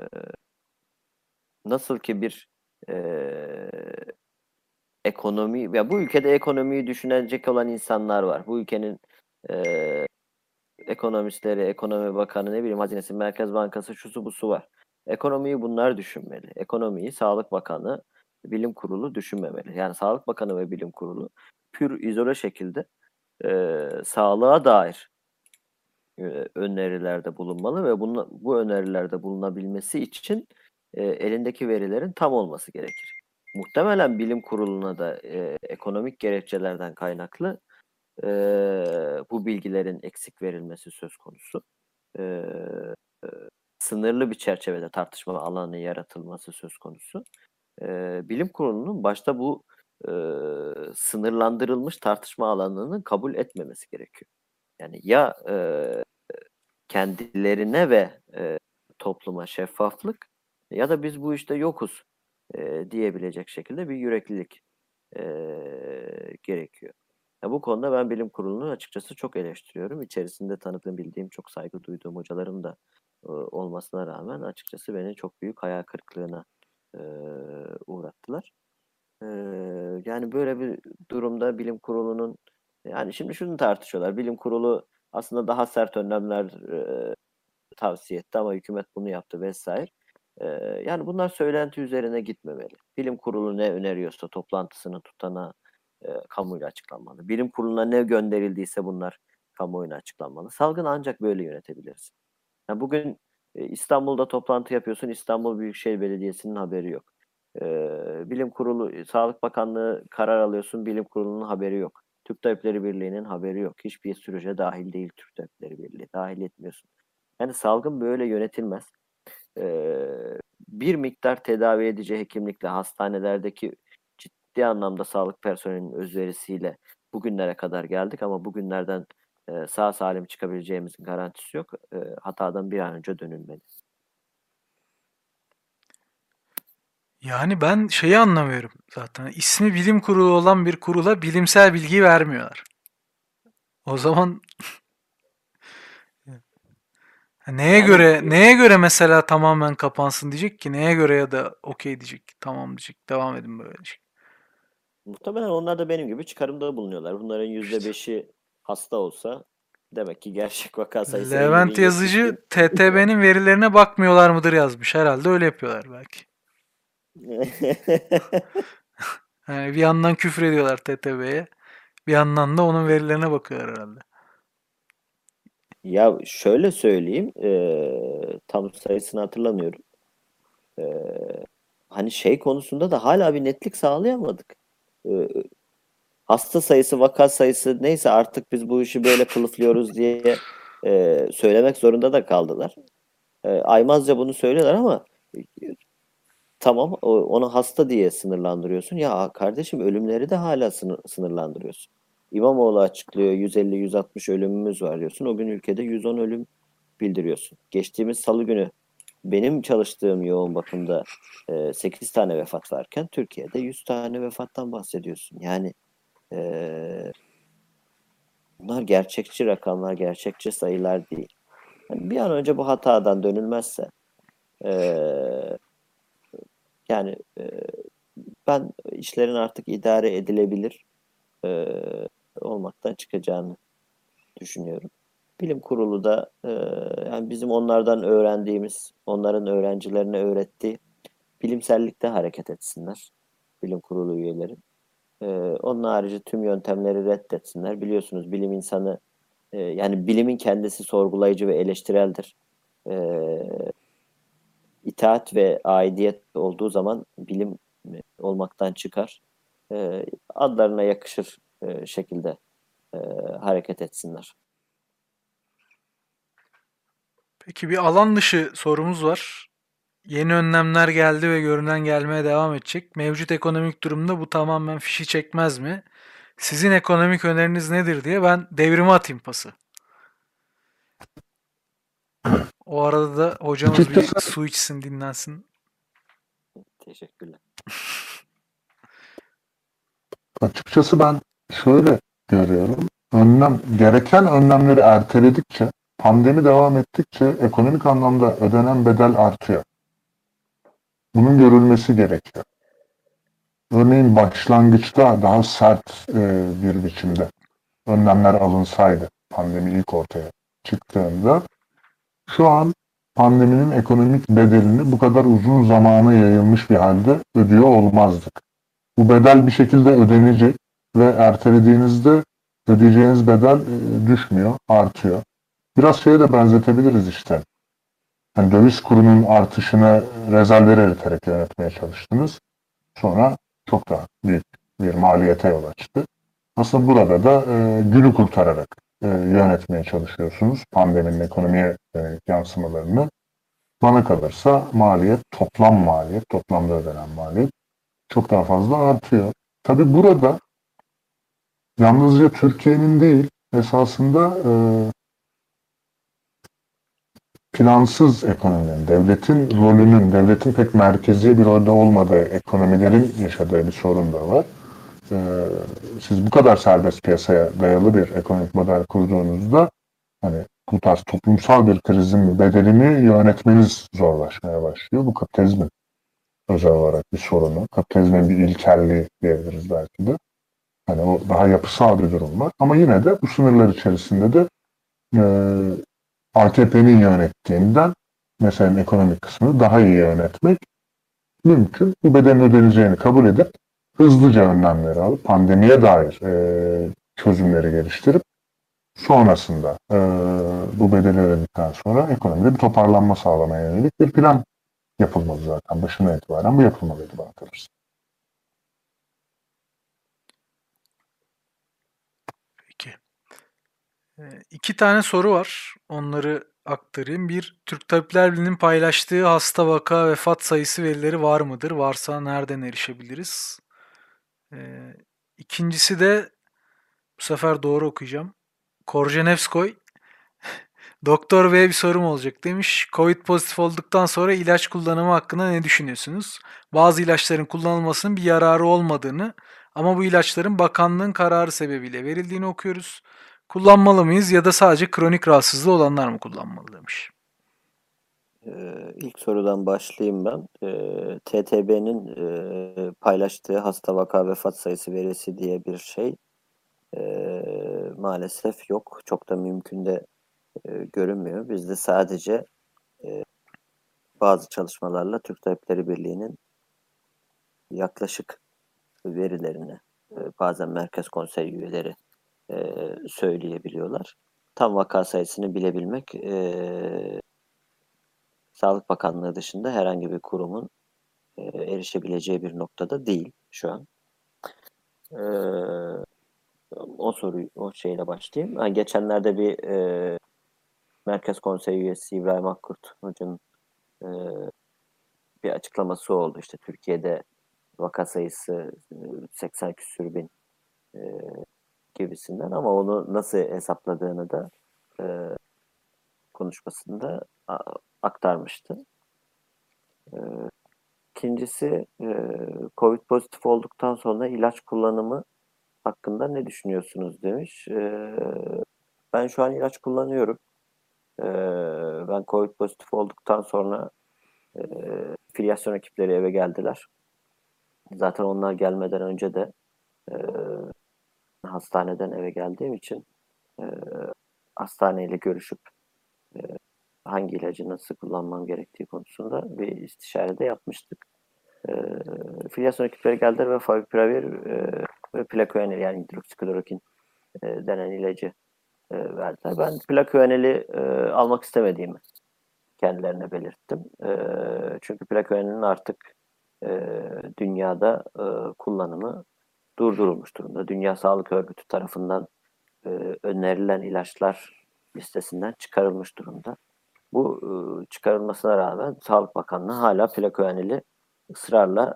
Nasıl ki bir e, ekonomi, ya bu ülkede ekonomiyi düşünecek olan insanlar var. Bu ülkenin e, ekonomistleri, ekonomi bakanı, ne bileyim hazinesi, Merkez Bankası, şusu busu var. Ekonomiyi bunlar düşünmeli. Ekonomiyi Sağlık Bakanı, Bilim Kurulu düşünmemeli. Yani Sağlık Bakanı ve Bilim Kurulu pür izole şekilde sağlığa dair önerilerde bulunmalı ve bu önerilerde bulunabilmesi için elindeki verilerin tam olması gerekir. Muhtemelen Bilim Kurulu'na da ekonomik gerekçelerden kaynaklı bu bilgilerin eksik verilmesi söz konusu. Eee, Sınırlı bir çerçevede tartışma alanı yaratılması söz konusu. Bilim kurulunun başta bu sınırlandırılmış tartışma alanını kabul etmemesi gerekiyor. Yani ya kendilerine ve topluma şeffaflık ya da biz bu işte yokuz diyebilecek şekilde bir yüreklilik gerekiyor. Ya bu konuda ben bilim kurulunu açıkçası çok eleştiriyorum. İçerisinde tanıdığım, bildiğim, çok saygı duyduğum hocalarım da olmasına rağmen açıkçası beni çok büyük hayal kırıklığına eee, uğrattılar. Yani böyle bir durumda bilim kurulunun Yani şimdi şunu tartışıyorlar. Bilim kurulu aslında daha sert önlemler tavsiye etti ama hükümet bunu yaptı vesaire. Yani bunlar söylenti üzerine gitmemeli. Bilim kurulu ne öneriyorsa toplantısını tutana kamuoyuna açıklanmalı. Bilim kuruluna ne gönderildiyse bunlar kamuoyuna açıklanmalı. Salgını ancak böyle yönetebiliriz. Yani bugün İstanbul'da toplantı yapıyorsun, İstanbul Büyükşehir Belediyesi'nin haberi yok. Bilim Kurulu, Sağlık Bakanlığı karar alıyorsun, Bilim Kurulu'nun haberi yok. Türk Tabipleri Birliği'nin haberi yok. Hiçbir sürece dahil değil Türk Tabipleri Birliği. Dahil etmiyorsun. Yani salgın böyle yönetilmez. Bir miktar tedavi edici hekimlikle hastanelerdeki ciddi anlamda sağlık personelinin özverisiyle bugünlere kadar geldik ama bugünlerden sağ salim çıkabileceğimizin garantisi yok. Hatadan bir an önce dönülmeli. Yani ben şeyi anlamıyorum zaten. İsmi bilim kurulu olan bir kurula bilimsel bilgi vermiyorlar. O zaman neye Yani göre neye göre mesela tamamen kapansın diyecek ki, neye göre ya da okey diyecek, tamam diyecek, devam edin böyle diyecek. muhtemelen onlar da benim gibi çıkarımda bulunuyorlar. Bunların İşte. %5'i hasta olsa demek ki gerçek vaka sayısı 50 bin Levent 70 Yazıcı bin. TTB'nin verilerine bakmıyorlar mıdır yazmış. Herhalde öyle yapıyorlar belki. Yani bir yandan küfür ediyorlar TTB'ye. Bir yandan da onun verilerine bakıyorlar herhalde. Ya şöyle söyleyeyim, tam sayısını hatırlamıyorum. Hani şey konusunda da hala bir netlik sağlayamadık. Eee, Hasta sayısı, vaka sayısı neyse artık biz bu işi böyle kılıflıyoruz diye söylemek zorunda da kaldılar. Aymazca bunu söylüyorlar ama tamam onu hasta diye sınırlandırıyorsun. Ya kardeşim ölümleri de hala sınırlandırıyorsun. İmamoğlu açıklıyor 150-160 ölümümüz var diyorsun. O gün ülkede 110 ölüm bildiriyorsun. Geçtiğimiz salı günü benim çalıştığım yoğun bakımda 8 tane vefat varken Türkiye'de 100 tane vefattan bahsediyorsun. Yani e, bunlar gerçekçi rakamlar, gerçekçi sayılar değil. Yani bir an önce bu hatadan dönülmezse e, yani ben işlerin artık idare edilebilir e, olmaktan çıkacağını düşünüyorum. Bilim kurulu da yani bizim onlardan öğrendiğimiz, onların öğrencilerine öğrettiği bilimsellikte hareket etsinler. Bilim kurulu üyeleri. Onun harici tüm yöntemleri reddetsinler. Biliyorsunuz bilim insanı yani bilimin kendisi sorgulayıcı ve eleştireldir. E, itaat ve aidiyet olduğu zaman bilim olmaktan çıkar. Adlarına yakışır şekilde e, hareket etsinler. Peki bir alan dışı sorumuz var. Yeni önlemler geldi ve görünen gelmeye devam edecek. Mevcut ekonomik durumda bu tamamen fişi çekmez mi? Sizin ekonomik öneriniz nedir diye ben devrime atayım pası. O arada da hocamız bir Açıkçası, su içsin, dinlensin. Teşekkürler. açıkçası ben şöyle görüyorum. Gereken önlemleri erteledikçe, pandemi devam ettikçe ekonomik anlamda ödenen bedel artıyor. Bunun görülmesi gerekiyor. Örneğin başlangıçta daha sert bir biçimde önlemler alınsaydı, pandemi ilk ortaya çıktığında, şu an pandeminin ekonomik bedelini bu kadar uzun zamana yayılmış bir halde ödüyor olmazdık. Bu bedel bir şekilde ödenecek ve ertelediğinizde ödeyeceğiniz bedel düşmüyor, artıyor. Biraz şeye de benzetebiliriz işte. Yani döviz kurunun artışını rezervleri eriterek yönetmeye çalıştınız. Sonra çok daha büyük bir maliyete yol açtı. Aslında burada da günü kurtararak yönetmeye çalışıyorsunuz pandeminin ekonomiye yansımalarını. Bana kalırsa maliyet, toplam maliyet, toplamda ödenen maliyet çok daha fazla artıyor. Tabii burada yalnızca Türkiye'nin değil, esasında plansız ekonominin, devletin rolünün, devletin pek merkezi bir rolde olmadığı ekonomilerin yaşadığı bir sorun da var. Siz bu kadar serbest piyasaya dayalı bir ekonomik model kurduğunuzda hani bu tarz toplumsal bir krizin bedelini yönetmeniz zorlaşmaya başlıyor. Bu kapitalizmin özel olarak bir sorunu, kapitalizmin bir ilkelliği diyebiliriz belki de. Hani o daha yapısal bir durum var. Ama yine de bu sınırlar içerisinde de e, AKP'nin yönettiğinden mesela ekonomik kısmını daha iyi yönetmek mümkün. Bu bedelin ödeneceğini kabul edip hızlıca önlemleri alıp pandemiye dair çözümleri geliştirip sonrasında bu bedeli ödedikten sonra ekonomide bir toparlanma sağlamaya yönelik bir plan yapılmalı zaten. Başına itibaren bu yapılmalıydı bana kalırsa. Peki. İki tane soru var. Onları aktarayım. Bir, Türk Tabipler Birliği'nin paylaştığı hasta vaka vefat sayısı verileri var mıdır? Varsa nereden erişebiliriz? Ee, İkincisi de bu sefer doğru okuyacağım. Korjenevskoy, Doktor Bey'e bir sorum olacak demiş. Covid pozitif olduktan sonra ilaç kullanımı hakkında ne düşünüyorsunuz? Bazı ilaçların kullanılmasının bir yararı olmadığını ama bu ilaçların bakanlığın kararı sebebiyle verildiğini okuyoruz. Kullanmalı mıyız ya da sadece kronik rahatsızlığı olanlar mı kullanmalı demiş. İlk sorudan başlayayım ben. TTB'nin paylaştığı hasta vaka vefat sayısı verisi diye bir şey maalesef yok. Çok da mümkün de görünmüyor. Bizde sadece bazı çalışmalarla Türk Tabipleri Birliği'nin yaklaşık verilerini bazen Merkez Konsey üyeleri söyleyebiliyorlar. Tam vaka sayısını bilebilmek Sağlık Bakanlığı dışında herhangi bir kurumun erişebileceği bir noktada değil şu an. O soruyu o şeyle başlayayım. Geçenlerde bir Merkez Konsey üyesi İbrahim Akkurt Hoca'nın e, bir açıklaması oldu. İşte Türkiye'de vaka sayısı 80 küsür bin e, gibisinden ama onu nasıl hesapladığını da e, konuşmasında aktarmıştı. E, İkincisi COVID pozitif olduktan sonra ilaç kullanımı hakkında ne düşünüyorsunuz demiş. Ben şu an ilaç kullanıyorum. Ben COVID pozitif olduktan sonra e, filyasyon ekipleri eve geldiler. Zaten onlar gelmeden önce de e, hastaneden eve geldiğim için e, hastaneyle görüşüp e, hangi ilacı nasıl kullanmam gerektiği konusunda bir istişare de yapmıştık. E, Filyasyon ekipleri geldiler ve favipiravir ve plakoenil yani hidroksiklorokin denen ilacı verdiler. Ben plakoenili almak istemediğimi kendilerine belirttim. Çünkü plakoenilin artık dünyada kullanımı durdurulmuş durumda. Dünya Sağlık Örgütü tarafından önerilen ilaçlar listesinden çıkarılmış durumda. Bu çıkarılmasına rağmen Sağlık Bakanlığı hala plakoenili ısrarla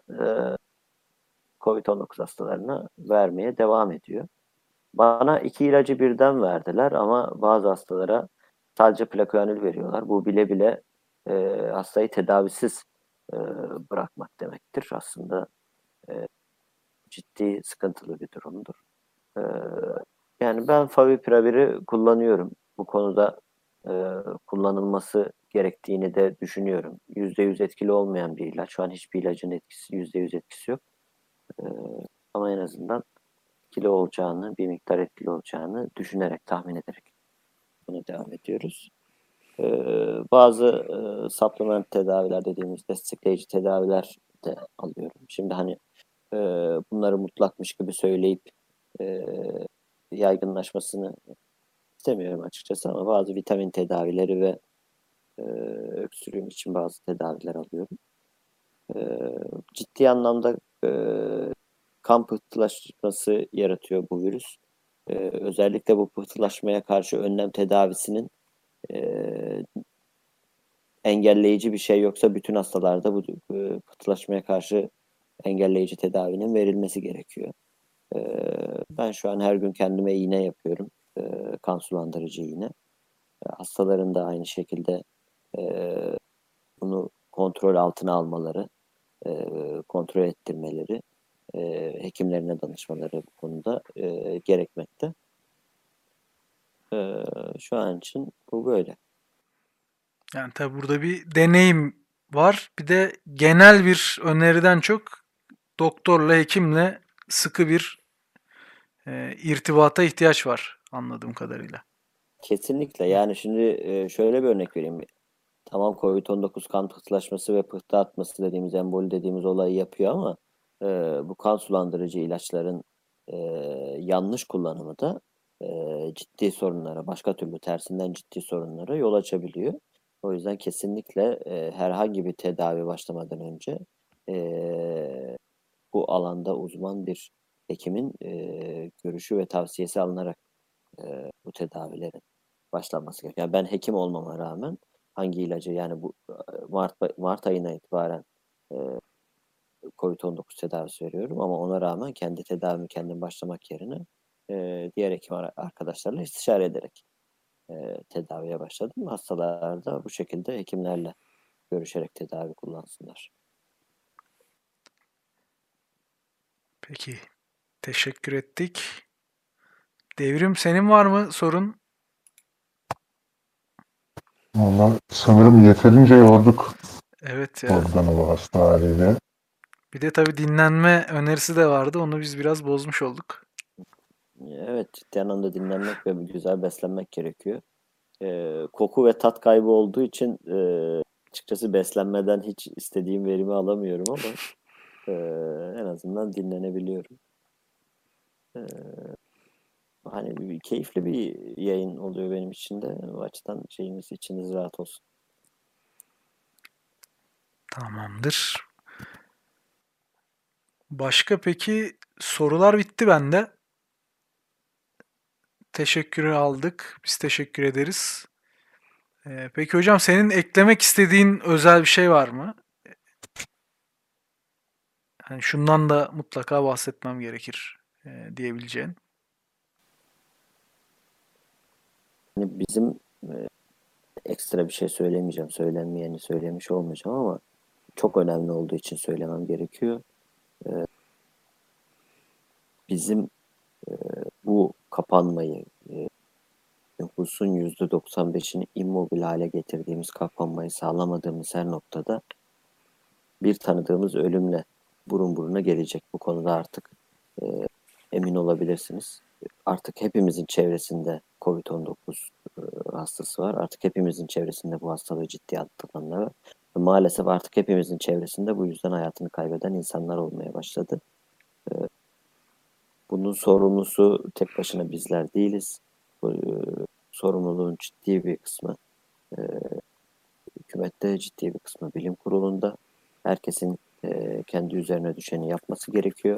COVID-19 hastalarına vermeye devam ediyor. Bana iki ilacı birden verdiler ama bazı hastalara sadece plakoenil veriyorlar. Bu bile bile hastayı tedavisiz e, bırakmak demektir. Aslında ciddi sıkıntılı bir durumdur. E, Yani ben favipiraviri kullanıyorum. Bu konuda kullanılması gerektiğini de düşünüyorum. %100 etkili olmayan bir ilaç. Şu an hiçbir ilacın etkisi %100 etkisi yok. E, Ama en azından etkili olacağını, bir miktar etkili olacağını düşünerek, tahmin ederek buna devam ediyoruz. Bazı supplement tedaviler dediğimiz destekleyici tedaviler de alıyorum. Şimdi hani e, bunları mutlakmış gibi söyleyip e, yaygınlaşmasını istemiyorum açıkçası ama bazı vitamin tedavileri ve öksürüğüm için bazı tedaviler alıyorum. E, Ciddi anlamda kan pıhtılaşması yaratıyor bu virüs. Özellikle bu pıhtılaşmaya karşı önlem tedavisinin engelleyici bir şey yoksa bütün hastalarda bu pıhtılaşmaya karşı engelleyici tedavinin verilmesi gerekiyor. Ben şu an her gün kendime iğne yapıyorum. Kan sulandırıcı iğne. Hastaların da aynı şekilde bunu kontrol altına almaları, kontrol ettirmeleri, hekimlerine danışmaları bu konuda gerekmekte. Şu an için bu böyle. Yani tabi burada bir deneyim var. Bir de genel bir öneriden çok doktorla, hekimle sıkı bir irtibata ihtiyaç var anladığım kadarıyla. Kesinlikle. Yani şimdi şöyle bir örnek vereyim. Tamam, Covid-19 kan pıhtılaşması ve pıhtı atması dediğimiz, emboli dediğimiz olayı yapıyor ama bu kan sulandırıcı ilaçların e, yanlış kullanımı da ciddi sorunlara, başka türlü tersinden ciddi sorunlara yol açabiliyor. O yüzden kesinlikle herhangi bir tedavi başlamadan önce e, bu alanda uzman bir hekimin görüşü ve tavsiyesi alınarak bu tedavilerin başlanması gerekiyor. Yani ben hekim olmama rağmen hangi ilacı, yani bu Mart ayına itibaren e, COVID-19 tedavisi veriyorum ama ona rağmen kendi tedavimi kendim başlamak yerine diğer hekim arkadaşlarla istişare ederek tedaviye başladım. Hastalar da bu şekilde hekimlerle görüşerek tedavi kullansınlar. Peki. Teşekkür ettik. Devrim, senin var mı sorun? Vallahi sanırım yeterince yorduk Evet ya. oradan o hasta haliyle. Bir de tabii dinlenme önerisi de vardı. Onu biz biraz bozmuş olduk. Evet, ciddi anlamda dinlenmek ve güzel beslenmek gerekiyor. Koku ve tat kaybı olduğu için açıkçası beslenmeden hiç istediğim verimi alamıyorum ama en azından dinlenebiliyorum. Ee, Hani keyifli bir yayın oluyor benim için de. O açıdan içiniz rahat olsun. Tamamdır. Başka peki sorular bitti bende. Teşekkürü aldık. Biz teşekkür ederiz. Peki hocam, senin eklemek istediğin özel bir şey var mı? Yani şundan da mutlaka bahsetmem gerekir diyebileceğin. Hani bizim ekstra bir şey söylemeyeceğim. Söylenmeyeni söylemiş olmayacağım ama çok önemli olduğu için söylemem gerekiyor. Bizim bu kapanmayı, nüfusun %95'ini immobil hale getirdiğimiz, kapanmayı sağlamadığımız her noktada bir tanıdığımız ölümle burun buruna gelecek. Bu konuda artık e, emin olabilirsiniz. Artık hepimizin çevresinde COVID-19 hastası var. Artık hepimizin çevresinde bu hastalığı ciddiye atlatanlar var. Ve maalesef artık hepimizin çevresinde bu yüzden hayatını kaybeden insanlar olmaya başladı. Bunun sorumlusu tek başına bizler değiliz. Bu, sorumluluğun ciddi bir kısmı hükümette, ciddi bir kısmı bilim kurulunda. Herkesin kendi üzerine düşeni yapması gerekiyor.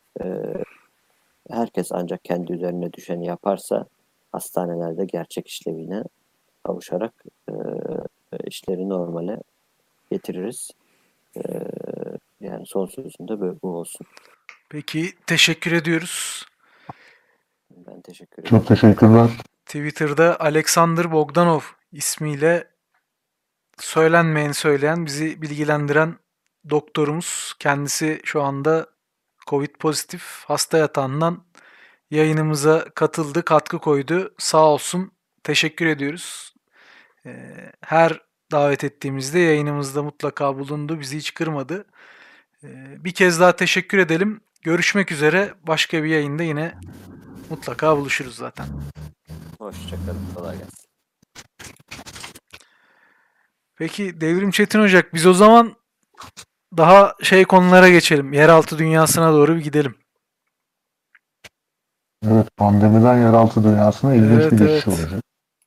Herkes ancak kendi üzerine düşeni yaparsa hastanelerde gerçek işlevine kavuşarak işleri normale getiririz. Yani son sözüm de böyle bu olsun. Peki, teşekkür ediyoruz. Ben teşekkür ederim. Çok teşekkürler. Twitter'da Alexander Bogdanov ismiyle söylenmeyeni söyleyen, bizi bilgilendiren doktorumuz. Kendisi şu anda Covid pozitif, hasta yatağından yayınımıza katıldı, katkı koydu. Sağ olsun. Teşekkür ediyoruz. Her davet ettiğimizde yayınımızda mutlaka bulundu. Bizi hiç kırmadı. Bir kez daha teşekkür edelim. Görüşmek üzere. Başka bir yayında yine mutlaka buluşuruz zaten. Hoşçakalın. Kolay gelsin. Peki Devrim Çetin Ocak, biz o zaman daha konulara geçelim. Yeraltı dünyasına doğru bir gidelim. Evet, pandemiden yeraltı dünyasına ilginç Evet, bir geçiş evet. olacak.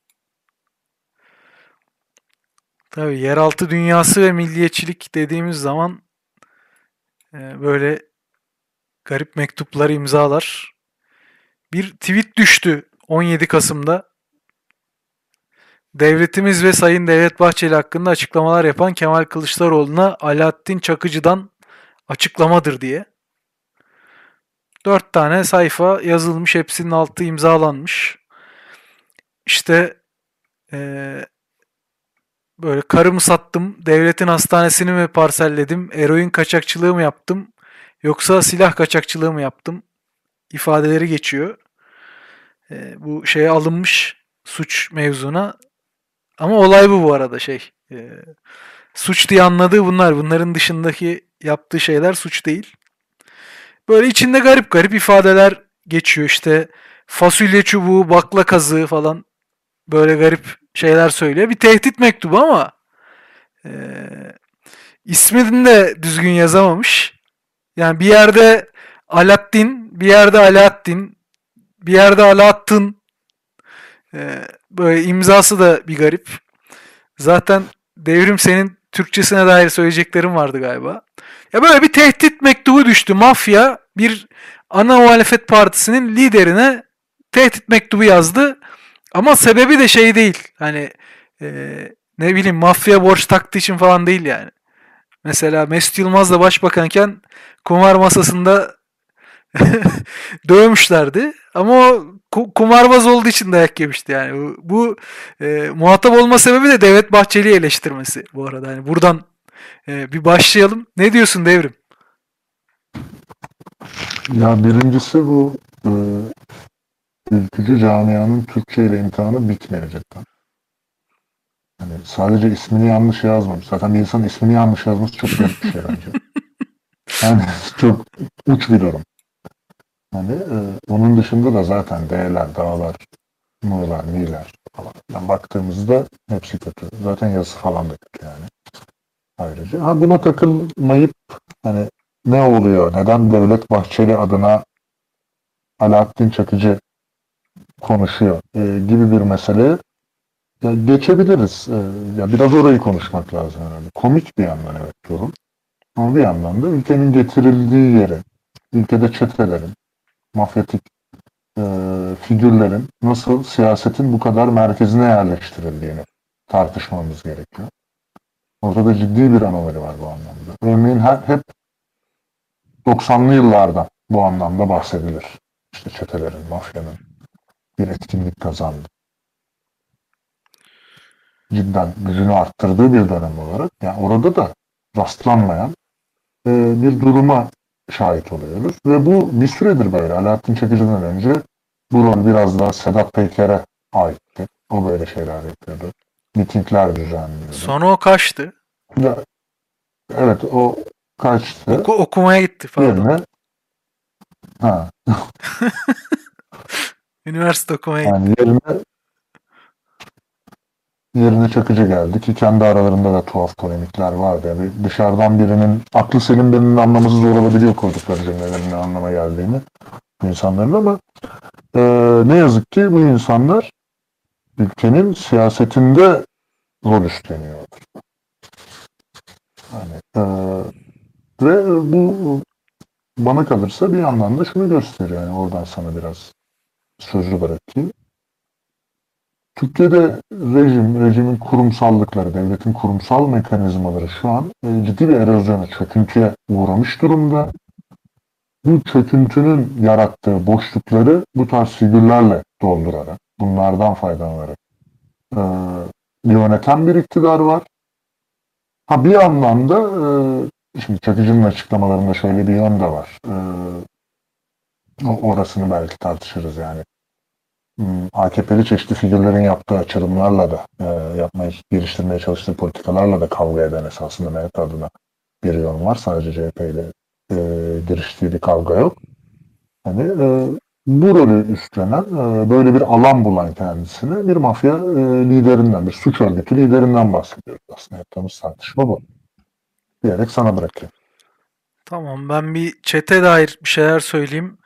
Tabii yeraltı dünyası ve milliyetçilik dediğimiz zaman böyle garip mektuplar, imzalar. Bir tweet düştü 17 Kasım'da. Devletimiz ve Sayın Devlet Bahçeli hakkında açıklamalar yapan Kemal Kılıçdaroğlu'na Alaaddin Çakıcı'dan açıklamadır diye. 4 tane sayfa yazılmış, hepsinin altı imzalanmış. İşte böyle karımı sattım, devletin hastanesini mi parselledim, eroin kaçakçılığı mı yaptım, yoksa silah kaçakçılığı mı yaptım ifadeleri geçiyor. Bu alınmış suç mevzuna. Ama olay bu arada suç diye anladığı bunlar. Bunların dışındaki yaptığı şeyler suç değil. Böyle içinde garip garip ifadeler geçiyor. İşte fasulye çubuğu, bakla kazığı falan böyle garip şeyler söylüyor. Bir tehdit mektubu ama ismini de düzgün yazamamış. Yani bir yerde Alaaddin, bir yerde Alaaddin, bir yerde Alaaddin. Böyle imzası da bir garip. Zaten Devrim senin Türkçesine dair söyleyeceklerin vardı galiba. Ya böyle bir tehdit mektubu düştü. Mafya bir ana muhalefet partisinin liderine tehdit mektubu yazdı. Ama sebebi de şey değil. Hani ne bileyim mafya borç taktığı için falan değil yani. Mesela Mesut Yılmaz'la başbakanken kumar masasında dövmüşlerdi. Ama o kumarbaz olduğu için dayak yemişti yani. Bu muhatap olma sebebi de Devlet Bahçeli'yi eleştirmesi bu arada. Yani buradan bir başlayalım. Ne diyorsun Devrim? Ya birincisi bu ülkücü camianın Türkçe ile imtihanı bitmeyecek. Hani sadece ismini yanlış yazmamış. Zaten bir insanın ismini yanlış yazması çok garip bir şey bence. Yani çok uç bir durum. Hani onun dışında da zaten D'ler, dağlar, mu'lar, mi'ler falan. Yani baktığımızda hepsi kötü. Zaten yazısı falan da kötü yani. Ayrıca. Ha buna takılmayıp hani ne oluyor? Neden Devlet Bahçeli adına Alaaddin Çakıcı konuşuyor gibi bir meseleye ya geçebiliriz. Ya biraz orayı konuşmak lazım herhalde. Komik bir yandan evet durum. Ama bir yandan da ülkenin getirildiği yere, ülkede çetelerin, mafyatik e, figürlerin nasıl siyasetin bu kadar merkezine yerleştirildiğini tartışmamız gerekiyor. Ortada ciddi bir anomali var bu anlamda. Örneğin hep 90'lı yıllardan bu anlamda bahsedilir. İşte çetelerin, mafyanın bir etkinlik kazandı. Cidden gücünü arttırdığı bir dönem olarak. Yani orada da rastlanmayan bir duruma şahit oluyoruz. Ve bu bir süredir böyle. Alaaddin Çakıcı'dan önce bu rol biraz daha Sedat Peker'e aitti. O böyle şeyler yapıyordu. Mitingler düzenliyordu. Sonra o kaçtı. Ya, evet o kaçtı. Okumaya gitti falan. Yerine ha, Üniversite okumaya gitti. yani yerine Çakıcı geldi ki kendi aralarında da tuhaf polemikler vardı. Yani dışarıdan birinin aklı selim birinin anlaması zor olabiliyor kurdukları cümlelerin ne anlama geldiğini bu insanların ama ne yazık ki bu insanlar ülkenin siyasetinde rol üstleniyorlar. Yani, ve bu bana kalırsa bir yandan da şunu gösteriyor. Yani oradan sana biraz sözü bırakayım. Türkiye'de rejimin kurumsallıkları, devletin kurumsal mekanizmaları şu an ciddi bir erozyona, çöküntüye uğramış durumda. Bu çöküntünün yarattığı boşlukları bu tarz figürlerle doldurarak, bunlardan faydalanarak e, yöneten bir iktidar var. Ha bir yandan da şimdi Çakıcı'nın açıklamalarında şöyle bir yön de var. Orasını belki tartışırız yani. AKP'li çeşitli figürlerin yaptığı açılımlarla da geliştirmeye çalıştığı politikalarla da kavga eden esasında MHP adına bir yön var. Sadece CHP ile giriştiği bir kavga yok. Hani bu rolü üstlenen, böyle bir alan bulan kendisine bir mafya liderinden, bir suç örgütü liderinden bahsediyoruz. Aslında yaptığımız tartışma bu. Diyerek sana bırakayım. Tamam, ben bir çete dair bir şeyler söyleyeyim.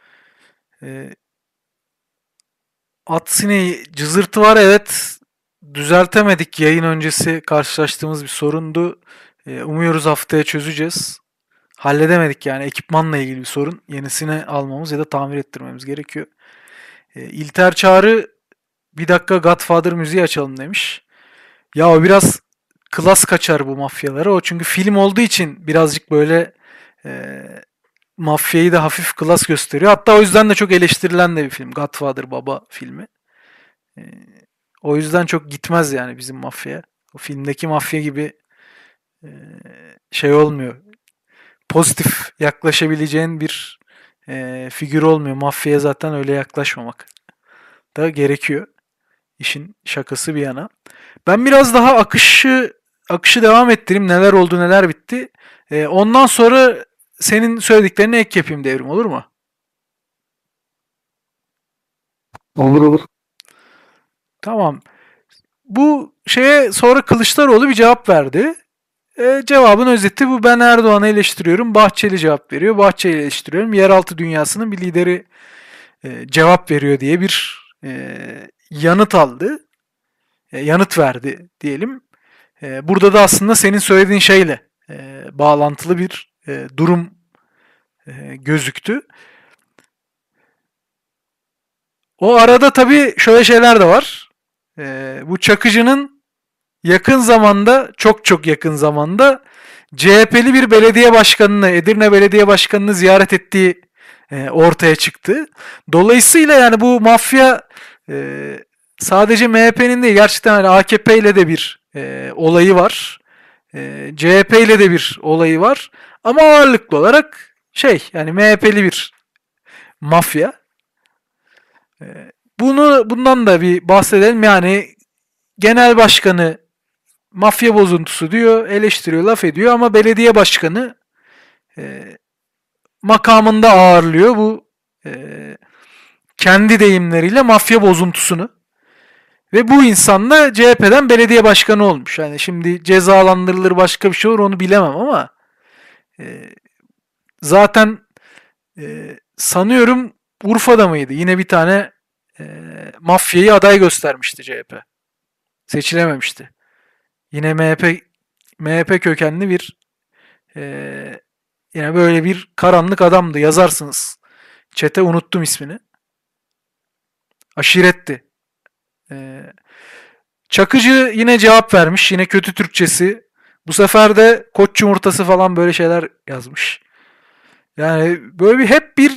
At sineği cızırtı var, evet. Düzeltemedik. Yayın öncesi karşılaştığımız bir sorundu. Umuyoruz haftaya çözeceğiz. Halledemedik yani, ekipmanla ilgili bir sorun. Yenisini almamız ya da tamir ettirmemiz gerekiyor. İlter Çağrı bir dakika Godfather müziği açalım demiş. Ya o biraz klas kaçar bu mafyalara. O çünkü film olduğu için birazcık böyle e, mafyayı da hafif klas gösteriyor. Hatta o yüzden de çok eleştirilen de bir film. Godfather Baba filmi. E, O yüzden çok gitmez yani bizim mafya. O filmdeki mafya gibi e, şey olmuyor. Pozitif yaklaşabileceğin bir figür olmuyor. Mafyaya zaten öyle yaklaşmamak da gerekiyor. İşin şakası bir yana. Ben biraz daha akışı devam ettireyim. Neler oldu, neler bitti. Ondan sonra senin söylediklerine ek yapayım Devrim, olur mu? Olur olur. Tamam. Bu şeye sonra Kılıçdaroğlu bir cevap verdi. Cevabın özeti bu: ben Erdoğan'ı eleştiriyorum. Bahçeli cevap veriyor. Bahçeli eleştiriyorum. Yeraltı dünyasının bir lideri cevap veriyor diye bir yanıt aldı. Yanıt verdi diyelim. Burada da aslında senin söylediğin şeyle bağlantılı bir durum gözüktü. O arada tabii şöyle şeyler de var. Bu Çakıcı'nın yakın zamanda, çok çok yakın zamanda CHP'li bir belediye başkanını, Edirne Belediye Başkanı'nı ziyaret ettiği ortaya çıktı. Dolayısıyla yani bu mafya sadece MHP'nin değil, gerçekten hani AKP ile de bir olayı var. CHP ile de bir olayı var. Ama ağırlıklı olarak yani MHP'li bir mafya. Bundan da bir bahsedelim. Yani genel başkanı mafya bozuntusu diyor, eleştiriyor, laf ediyor ama belediye başkanı makamında ağırlıyor bu kendi deyimleriyle mafya bozuntusunu. Ve bu insan da CHP'den belediye başkanı olmuş. Yani şimdi cezalandırılır, başka bir şey olur, onu bilemem ama zaten sanıyorum Urfa'da mıydı? Yine bir tane mafyayı aday göstermişti CHP. Seçilememişti. Yine MHP kökenli bir yine böyle bir karanlık adamdı. Yazarsınız. Çete, unuttum ismini. Aşiretti. Çakıcı yine cevap vermiş. Yine kötü Türkçesi. Bu sefer de koç yumurtası falan böyle şeyler yazmış. Yani böyle hep bir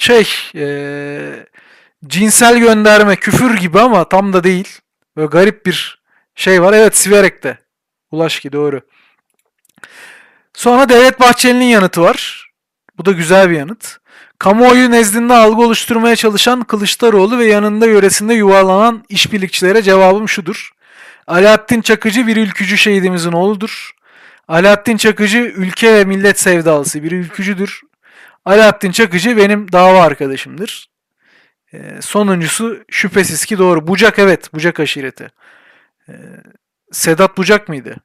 cinsel gönderme, küfür gibi ama tam da değil. Böyle garip bir şey var. Evet, Siverek'te. Ulaşki, doğru. Sonra Devlet Bahçeli'nin yanıtı var. Bu da güzel bir yanıt. Kamuoyu nezdinde algı oluşturmaya çalışan Kılıçdaroğlu ve yanında yöresinde yuvarlanan işbirlikçilere cevabım şudur: Alaaddin Çakıcı bir ülkücü şehidimizin oğludur. Alaaddin Çakıcı ülke ve millet sevdalısı bir ülkücüdür. Alaaddin Çakıcı benim dava arkadaşımdır. Sonuncusu şüphesiz ki doğru. Bucak, evet, Bucak aşireti. Sedat Bucak mıydı?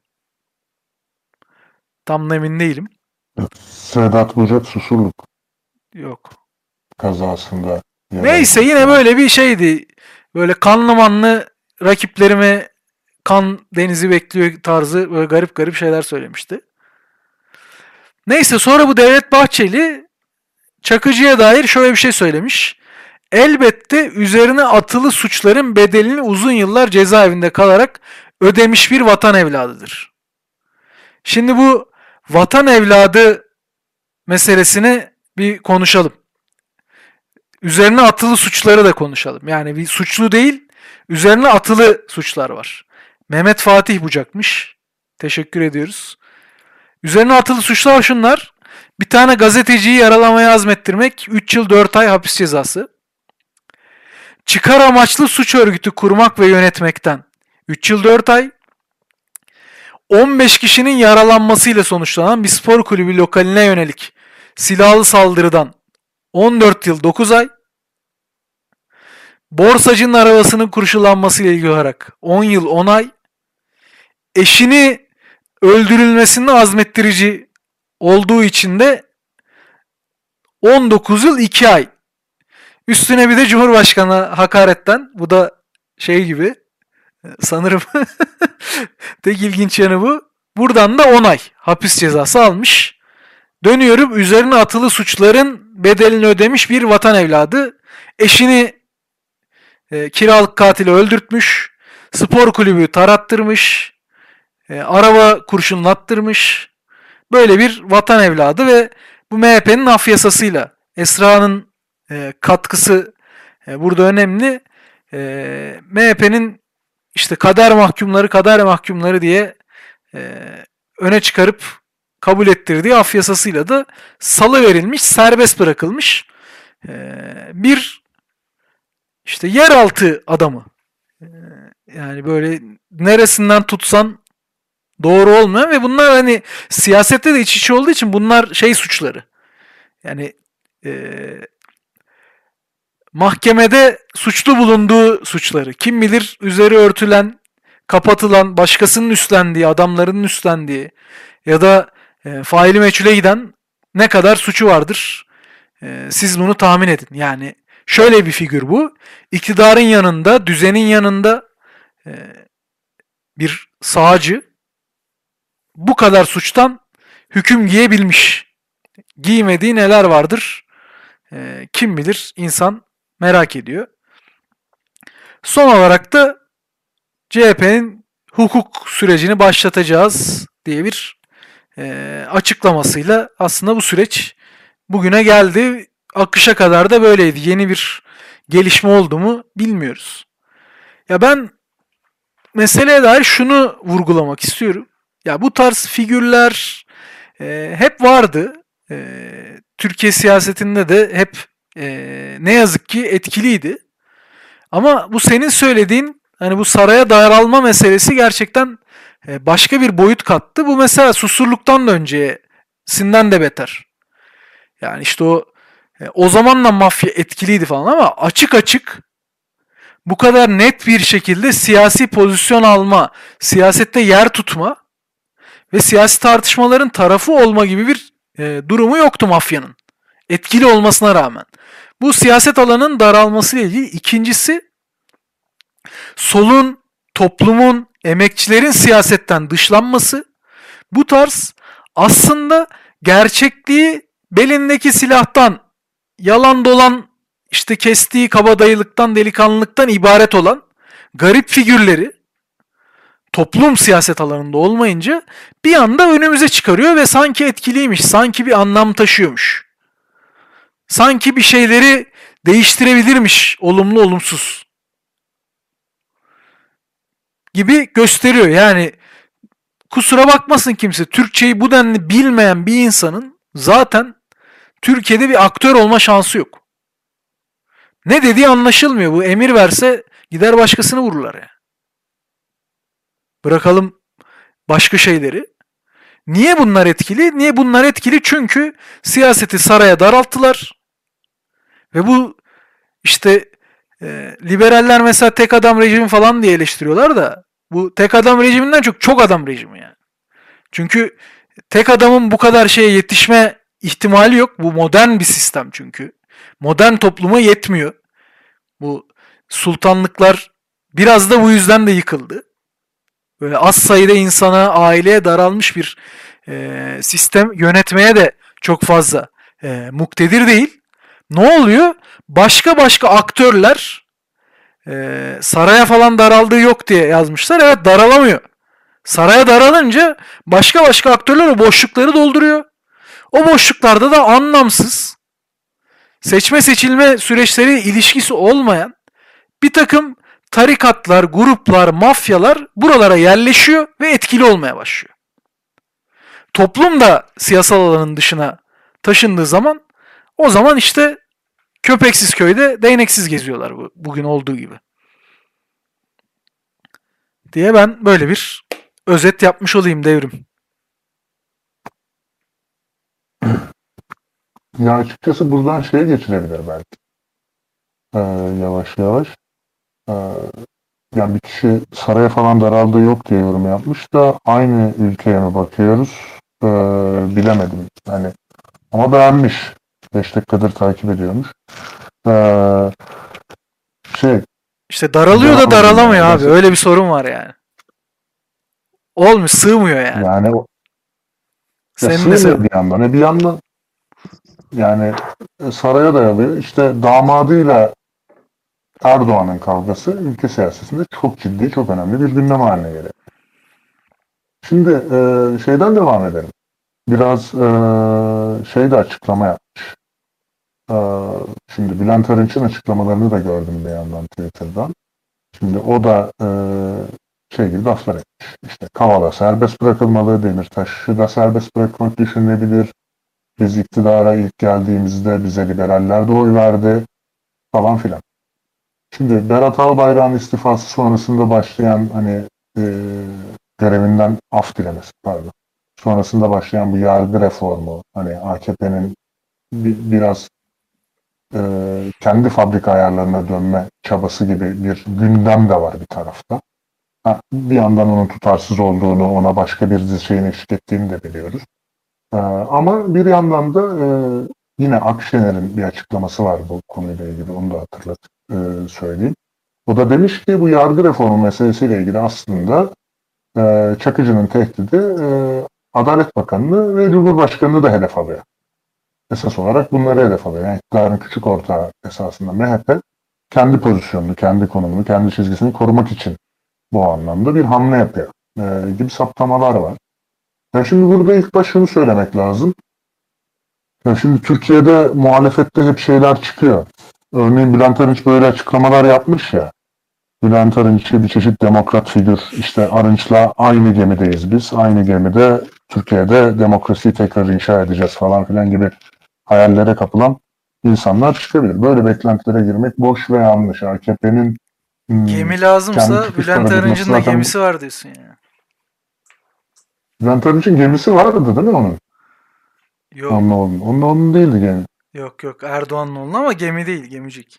Tam da emin değilim. Sedat Bucak Susurluk Yok. kazasında. Neyse, yine böyle bir şeydi. Böyle kanlı manlı, rakiplerime kan denizi bekliyor tarzı böyle garip garip şeyler söylemişti. Neyse, sonra bu Devlet Bahçeli Çakıcı'ya dair şöyle bir şey söylemiş. Elbette üzerine atılı suçların bedelini uzun yıllar cezaevinde kalarak ödemiş bir vatan evladıdır. Şimdi bu vatan evladı meselesini bir konuşalım. Üzerine atılı suçları da konuşalım. Yani bir suçlu değil, üzerine atılı suçlar var. Mehmet Fatih Bucak'mış. Teşekkür ediyoruz. Üzerine atılı suçlar şunlar: bir tane gazeteciyi yaralamaya azmettirmek, 3 yıl 4 ay hapis cezası. Çıkar amaçlı suç örgütü kurmak ve yönetmekten 3 yıl 4 ay. 15 kişinin yaralanmasıyla sonuçlanan bir spor kulübü lokaline yönelik silahlı saldırıdan 14 yıl 9 ay. Borsacının arabasının kurşulanmasıyla ilgili olarak 10 yıl 10 ay. Eşini öldürülmesini azmettirici olduğu için de 19 yıl 2 ay. Üstüne bir de Cumhurbaşkanı hakaretten, bu da şey gibi sanırım tek ilginç yanı bu. Buradan da 10 ay hapis cezası almış. Dönüyorum, üzerine atılı suçların bedelini ödemiş bir vatan evladı. Eşini kiralık katili öldürtmüş. Spor kulübü tarattırmış. Araba kurşunlattırmış. Böyle bir vatan evladı ve bu MHP'nin af yasasıyla, Esra'nın katkısı burada önemli. MHP'nin işte kader mahkumları diye öne çıkarıp kabul ettirdiği af yasasıyla da salı verilmiş, serbest bırakılmış bir işte yeraltı adamı. Yani böyle neresinden tutsan doğru olmuyor ve bunlar hani siyasette de iç içe olduğu için bunlar suçları. Yani mahkemede suçlu bulunduğu suçları, kim bilir üzeri örtülen, kapatılan, başkasının üstlendiği, adamların üstlendiği ya da faili meçhule giden ne kadar suçu vardır? Siz bunu tahmin edin. Yani şöyle bir figür bu. İktidarın yanında, düzenin yanında bir sağcı bu kadar suçtan hüküm giyebilmiş. Giymediği neler vardır? Kim bilir, insan merak ediyor. Son olarak da CHP'nin hukuk sürecini başlatacağız diye bir açıklamasıyla aslında bu süreç bugüne geldi. Akışa kadar da böyleydi. Yeni bir gelişme oldu mu bilmiyoruz. Ya ben meseleye dair şunu vurgulamak istiyorum. Ya bu tarz figürler hep vardı. Türkiye siyasetinde de hep ne yazık ki etkiliydi. Ama bu senin söylediğin hani bu saraya daralma meselesi gerçekten başka bir boyut kattı. Bu mesela Susurluk'tan da öncesinden de beter. Yani işte o zamanla mafya etkiliydi falan ama açık açık bu kadar net bir şekilde siyasi pozisyon alma, siyasette yer tutma ve siyasi tartışmaların tarafı olma gibi bir durumu yoktu mafyanın. Etkili olmasına rağmen. Bu siyaset alanının daralmasıyla ilgili. İkincisi, solun, toplumun, emekçilerin siyasetten dışlanması. Bu tarz aslında gerçekliği belindeki silahtan, yalan dolan işte kestiği kabadayılıktan, delikanlılıktan ibaret olan garip figürleri toplum siyaset alanında olmayınca bir anda önümüze çıkarıyor ve sanki etkiliymiş, sanki bir anlam taşıyormuş. Sanki bir şeyleri değiştirebilirmiş, olumlu olumsuz gibi gösteriyor. Yani kusura bakmasın kimse, Türkçeyi bu denli bilmeyen bir insanın zaten Türkiye'de bir aktör olma şansı yok. Ne dediği anlaşılmıyor. Bu emir verse gider başkasını vururlar ya. Bırakalım başka şeyleri. Niye bunlar etkili? Niye bunlar etkili? Çünkü siyaseti saraya daralttılar. Ve bu işte liberaller mesela tek adam rejimi falan diye eleştiriyorlar da bu tek adam rejiminden çok adam rejimi yani. Çünkü tek adamın bu kadar şeye yetişme ihtimali yok. Bu modern bir sistem çünkü. Modern topluma yetmiyor. Bu sultanlıklar biraz da bu yüzden de yıkıldı. Böyle az sayıda insana, aileye daralmış bir sistem yönetmeye de çok fazla muktedir değil. Ne oluyor? Başka aktörler saraya falan daraldığı yok diye yazmışlar. Evet, daralamıyor. Saraya daralınca başka aktörler o boşlukları dolduruyor. O boşluklarda da anlamsız, seçme seçilme süreçleri ilişkisi olmayan bir takım tarikatlar, gruplar, mafyalar buralara yerleşiyor ve etkili olmaya başlıyor. Toplum da siyasal alanın dışına taşındığı zaman o zaman işte köpeksiz köyde değneksiz geziyorlar bugün olduğu gibi. Diye ben böyle bir özet yapmış olayım Devrim. Ya açıkçası buradan şeye geçilebilir belki. Yavaş yavaş. Ee, Yani bir kişi saraya falan daraldığı yok diye yorum yapmış da aynı ülkeye mi bakıyoruz? Bilemedim. Hani ama beğenmiş. 5 dakikadır takip ediyormuş. Ee, şey İşte daralıyor da daralamıyor abi. Öyle bir sorun var yani. Olmuyor, sığmıyor yani. Yani Senin de sığmıyor bir yandan. Bir yandan yani saraya dayalıyor. İşte damadıyla Erdoğan'ın kavgası ülke siyasetinde çok ciddi, çok önemli bir gündem haline geliyor. Şimdi şeyden devam edelim. Biraz şey de açıklama yapmış. Şimdi Bülent Arınç'ın açıklamalarını da gördüm bir yandan Twitter'dan. Şimdi o da şey gibi laflar etmiş. İşte Kavala serbest bırakılmalı, Demirtaş'ı da serbest bırakmak düşünülebilir. Biz iktidara ilk geldiğimizde bize liberaller de oy verdi falan filan. Şimdi Berat Albayrak'ın istifası sonrasında başlayan hani görevinden af dilemesi pardon. Sonrasında başlayan bu yargı reformu hani AKP'nin biraz kendi fabrika ayarlarına dönme çabası gibi bir gündem de var bir tarafta. Bir yandan onun tutarsız olduğunu, ona başka bir şeyin eşlik ettiğini de biliyoruz. Ama bir yandan da yine Akşener'in bir açıklaması var bu konuyla ilgili, onu da söyleyeyim. O da demiş ki bu yargı reformu meselesiyle ilgili aslında Çakıcı'nın tehdidi Adalet Bakanı'nı ve Cumhurbaşkanı'nı da hedef alıyor. Esas olarak bunları hedef alıyor. Yani iktidarın küçük ortağı esasında MHP kendi pozisyonunu, kendi konumunu, kendi çizgisini korumak için bu anlamda bir hamle yapıyor gibi saptamalar var. Ya şimdi burada ilk baş şunu söylemek lazım. Ya şimdi Türkiye'de muhalefette hep şeyler çıkıyor. Örneğin Bülent Arınç böyle açıklamalar yapmış ya. Bülent Arınç'ı bir çeşit demokrat figür. İşte Arınç'la aynı gemideyiz biz. Aynı gemide Türkiye'de demokrasiyi tekrar inşa edeceğiz falan filan gibi hayallere kapılan insanlar çıkabilir. Böyle beklentilere girmek boş ve yanlış. AKP'nin Gemi lazımsa çıkış Bülent paradigması Arınç'ın da zaten gemisi var diyorsun yani. Bülent Arınç'ın gemisi vardı değil mi onun? Yok. Onun değildi gemi. Yok. Erdoğan'ın oğlu ama gemi değil, gemicik.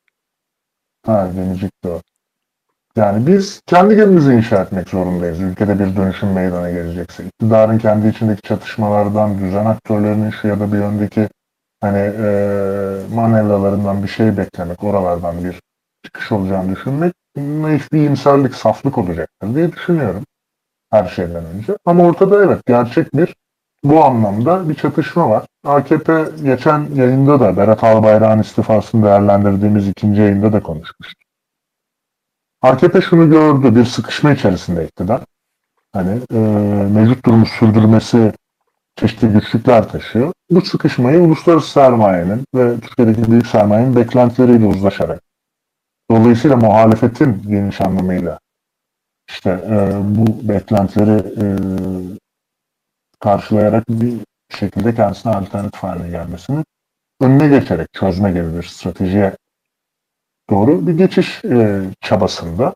Gemicikti o. Yani biz kendi gemimizi inşa etmek zorundayız. Ülkede bir dönüşüm meydana gelecekse. İktidarın kendi içindeki çatışmalardan, düzen aktörlerinin şu ya da bir yöndeki manevralarından bir şey beklemek, oralardan bir çıkış olacağını düşünmek naif bir iyimserlik, saflık olacaktır diye düşünüyorum her şeyden önce. Ama ortada evet gerçek bir bu anlamda bir çatışma var. AKP geçen yayında da Berat Albayrak'ın istifasını değerlendirdiğimiz ikinci yayında da konuşmuştuk. AKP şunu gördü, bir sıkışma içerisinde iktidar. Mevcut durumu sürdürmesi çeşitli güçlükler taşıyor. Bu sıkışmayı uluslararası sermayenin ve Türkiye'deki büyük sermayenin beklentileriyle uzlaşarak, dolayısıyla muhalefetin geniş anlamıyla bu beklentileri karşılayarak bir şekilde kendisine alternatif haline gelmesini önüne geçerek çözme gibi bir stratejiye doğru bir geçiş çabasında.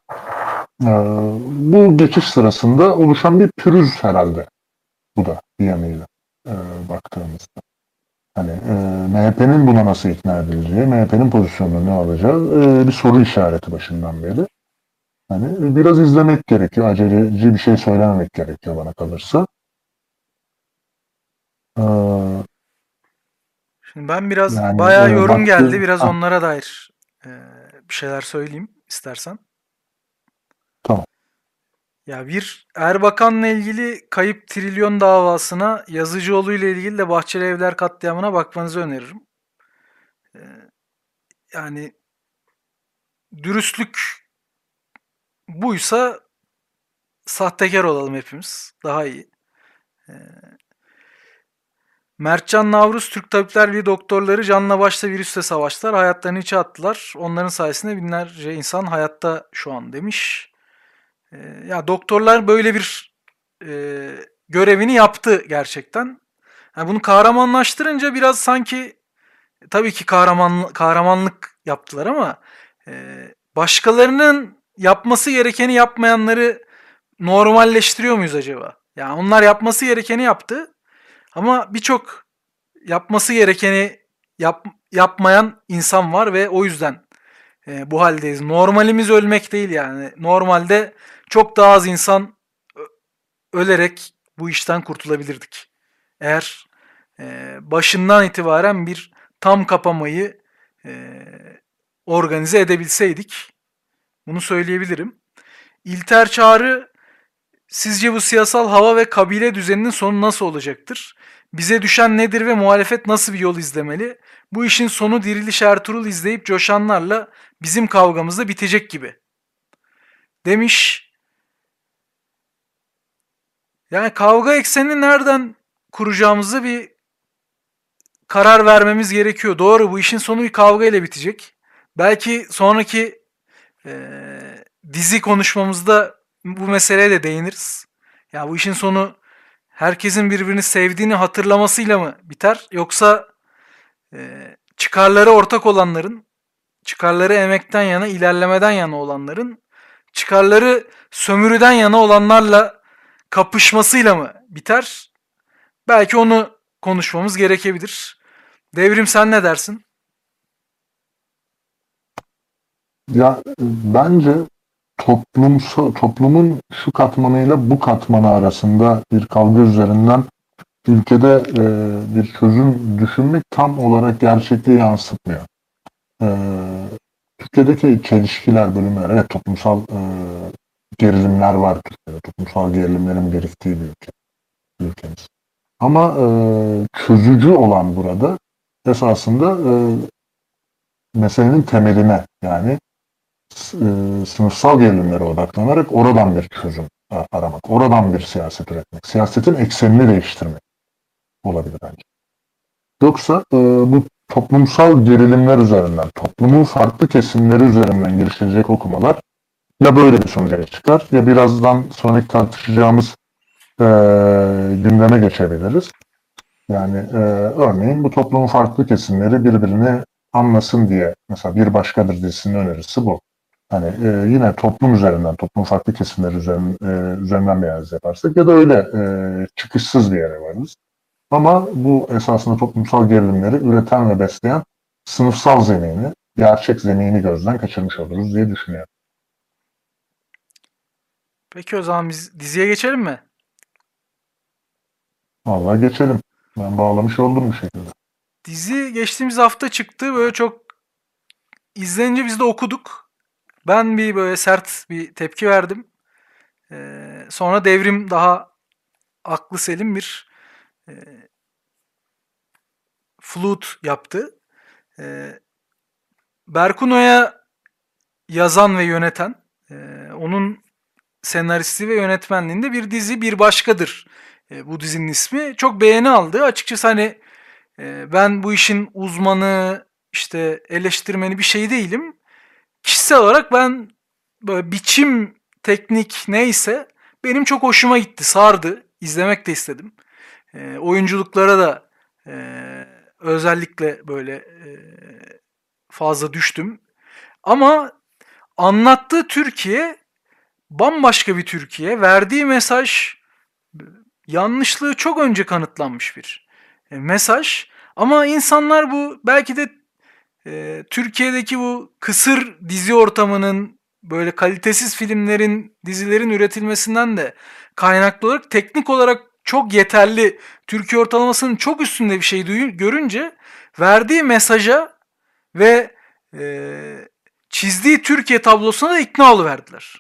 Bu geçiş sırasında oluşan bir pürüz herhalde. Bu da bir yanıyla baktığımızda. MHP'nin buna nasıl ikna edileceği, MHP'nin pozisyonunu ne alacağı bir soru işareti başından beri. Biraz izlemek gerekiyor. Aceleci bir şey söylememek gerekiyor bana kalırsa. Şimdi ben biraz Yani bayağı yorum baktı, geldi. Biraz onlara dair bir şeyler söyleyeyim istersen. tamam. Ya bir Erbakan'la ilgili kayıp trilyon davasına, Yazıcıoğlu ile ilgili de Bahçeli Evler katliamına bakmanızı öneririm. Yani dürüstlük buysa sahtekar olalım hepimiz. Daha iyi. Mertcan Navruz, Türk Tabipler Birliği doktorları canla başla virüsle savaştılar. Hayatlarını içe attılar. Onların sayesinde binlerce insan hayatta şu an demiş. Ya doktorlar böyle bir görevini yaptı gerçekten. Yani bunu kahramanlaştırınca biraz sanki tabii ki kahramanlık yaptılar ama başkalarının yapması gerekeni yapmayanları normalleştiriyor muyuz acaba? Yani onlar yapması gerekeni yaptı ama birçok yapması gerekeni yapmayan insan var ve o yüzden bu haldeyiz. Normalimiz ölmek değil yani. Normalde çok daha az insan ölerek bu işten kurtulabilirdik. Eğer başından itibaren bir tam kapamayı organize edebilseydik, bunu söyleyebilirim. İlter Çağrı, sizce bu siyasal hava ve kabile düzeninin sonu nasıl olacaktır? Bize düşen nedir ve muhalefet nasıl bir yol izlemeli? Bu işin sonu Diriliş Ertuğrul izleyip coşanlarla bizim kavgamızda bitecek gibi. Demiş. Yani kavga eksenini nereden kuracağımızı bir karar vermemiz gerekiyor. Doğru, bu işin sonu bir kavga ile bitecek. Belki sonraki dizi konuşmamızda bu meseleye de değiniriz. Ya bu işin sonu herkesin birbirini sevdiğini hatırlamasıyla mı biter? Yoksa çıkarları ortak olanların, çıkarları emekten yana, ilerlemeden yana olanların, çıkarları sömürüden yana olanlarla kapışmasıyla mı biter? Belki onu konuşmamız gerekebilir. Devrim, sen ne dersin? Ya bence toplumun şu katmanıyla bu katmanı arasında bir kavga üzerinden ülkede bir çözüm düşünmek tam olarak gerçekliği yansıtmıyor. E, Türkiye'deki çelişkiler, bölümler, evet toplumsal gerilimler var Türkiye'de. Toplumsal gerilimlerin biriktiği bir ülkemiz. Ama çözücü olan burada esasında meselenin temeline, yani sınıfsal gerilimlere odaklanarak oradan bir çözüm aramak, oradan bir siyaset üretmek, siyasetin eksenini değiştirmek olabilir bence. Yoksa bu toplumsal gerilimler üzerinden, toplumun farklı kesimleri üzerinden girişilecek okumalar ya böyle bir sonuca çıkar ya birazdan sonraki tartışacağımız gündeme geçebiliriz. Yani örneğin bu toplumun farklı kesimleri birbirini anlasın diye mesela Bir Başkadır dizisinin önerisi bu. Hani yine toplum üzerinden, toplum farklı kesimleri üzerinden bir analiz yaparsak ya da öyle çıkışsız bir yere varız. Ama bu esasında toplumsal gerilimleri üreten ve besleyen sınıfsal zemini, gerçek zemini gözden kaçırmış oluruz diye düşünüyorum. Peki o zaman biz diziye geçelim mi? Vallahi geçelim. Ben bağlamış oldum bir şekilde. Dizi geçtiğimiz hafta çıktı. Böyle çok izlenince biz de okuduk. Ben bir böyle sert bir tepki verdim. Sonra Devrim daha aklı selim bir e, flute yaptı. Berkuno'ya yazan ve yöneten, onun senaristi ve yönetmenliğinde bir dizi Bir Başkadır. Bu dizinin ismi. Çok beğeni aldı. Açıkçası hani ben bu işin uzmanı, işte eleştirmeni bir şey değilim. Kişisel olarak ben böyle biçim, teknik neyse benim çok hoşuma gitti, sardı. İzlemek de istedim. Oyunculuklara da e, özellikle böyle fazla düştüm. Ama anlattığı Türkiye bambaşka bir Türkiye. Verdiği mesaj yanlışlığı çok önce kanıtlanmış bir mesaj. Ama insanlar bu belki de Türkiye'deki bu kısır dizi ortamının böyle kalitesiz filmlerin, dizilerin üretilmesinden de kaynaklı olarak teknik olarak çok yeterli, Türkiye ortalamasının çok üstünde bir şey görünce verdiği mesaja ve çizdiği Türkiye tablosuna da ikna oluverdiler.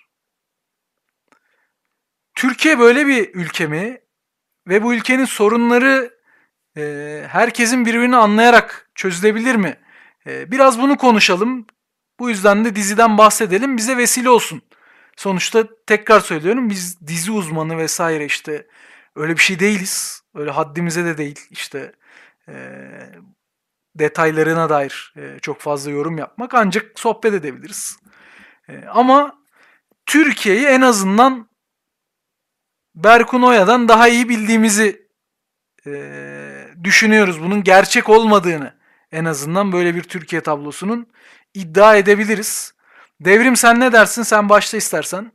Türkiye böyle bir ülke mi? Ve bu ülkenin sorunları herkesin birbirini anlayarak çözülebilir mi? Biraz bunu konuşalım. Bu yüzden de diziden bahsedelim. Bize vesile olsun. Sonuçta tekrar söylüyorum, biz dizi uzmanı vesaire işte öyle bir şey değiliz. Öyle haddimize de değil. İşte e, detaylarına dair çok fazla yorum yapmak, ancak sohbet edebiliriz. Ama Türkiye'yi en azından Berkun Oya'dan daha iyi bildiğimizi düşünüyoruz. Bunun gerçek olmadığını, en azından böyle bir Türkiye tablosunun iddia edebiliriz. Devrim, sen ne dersin? Sen başla istersen.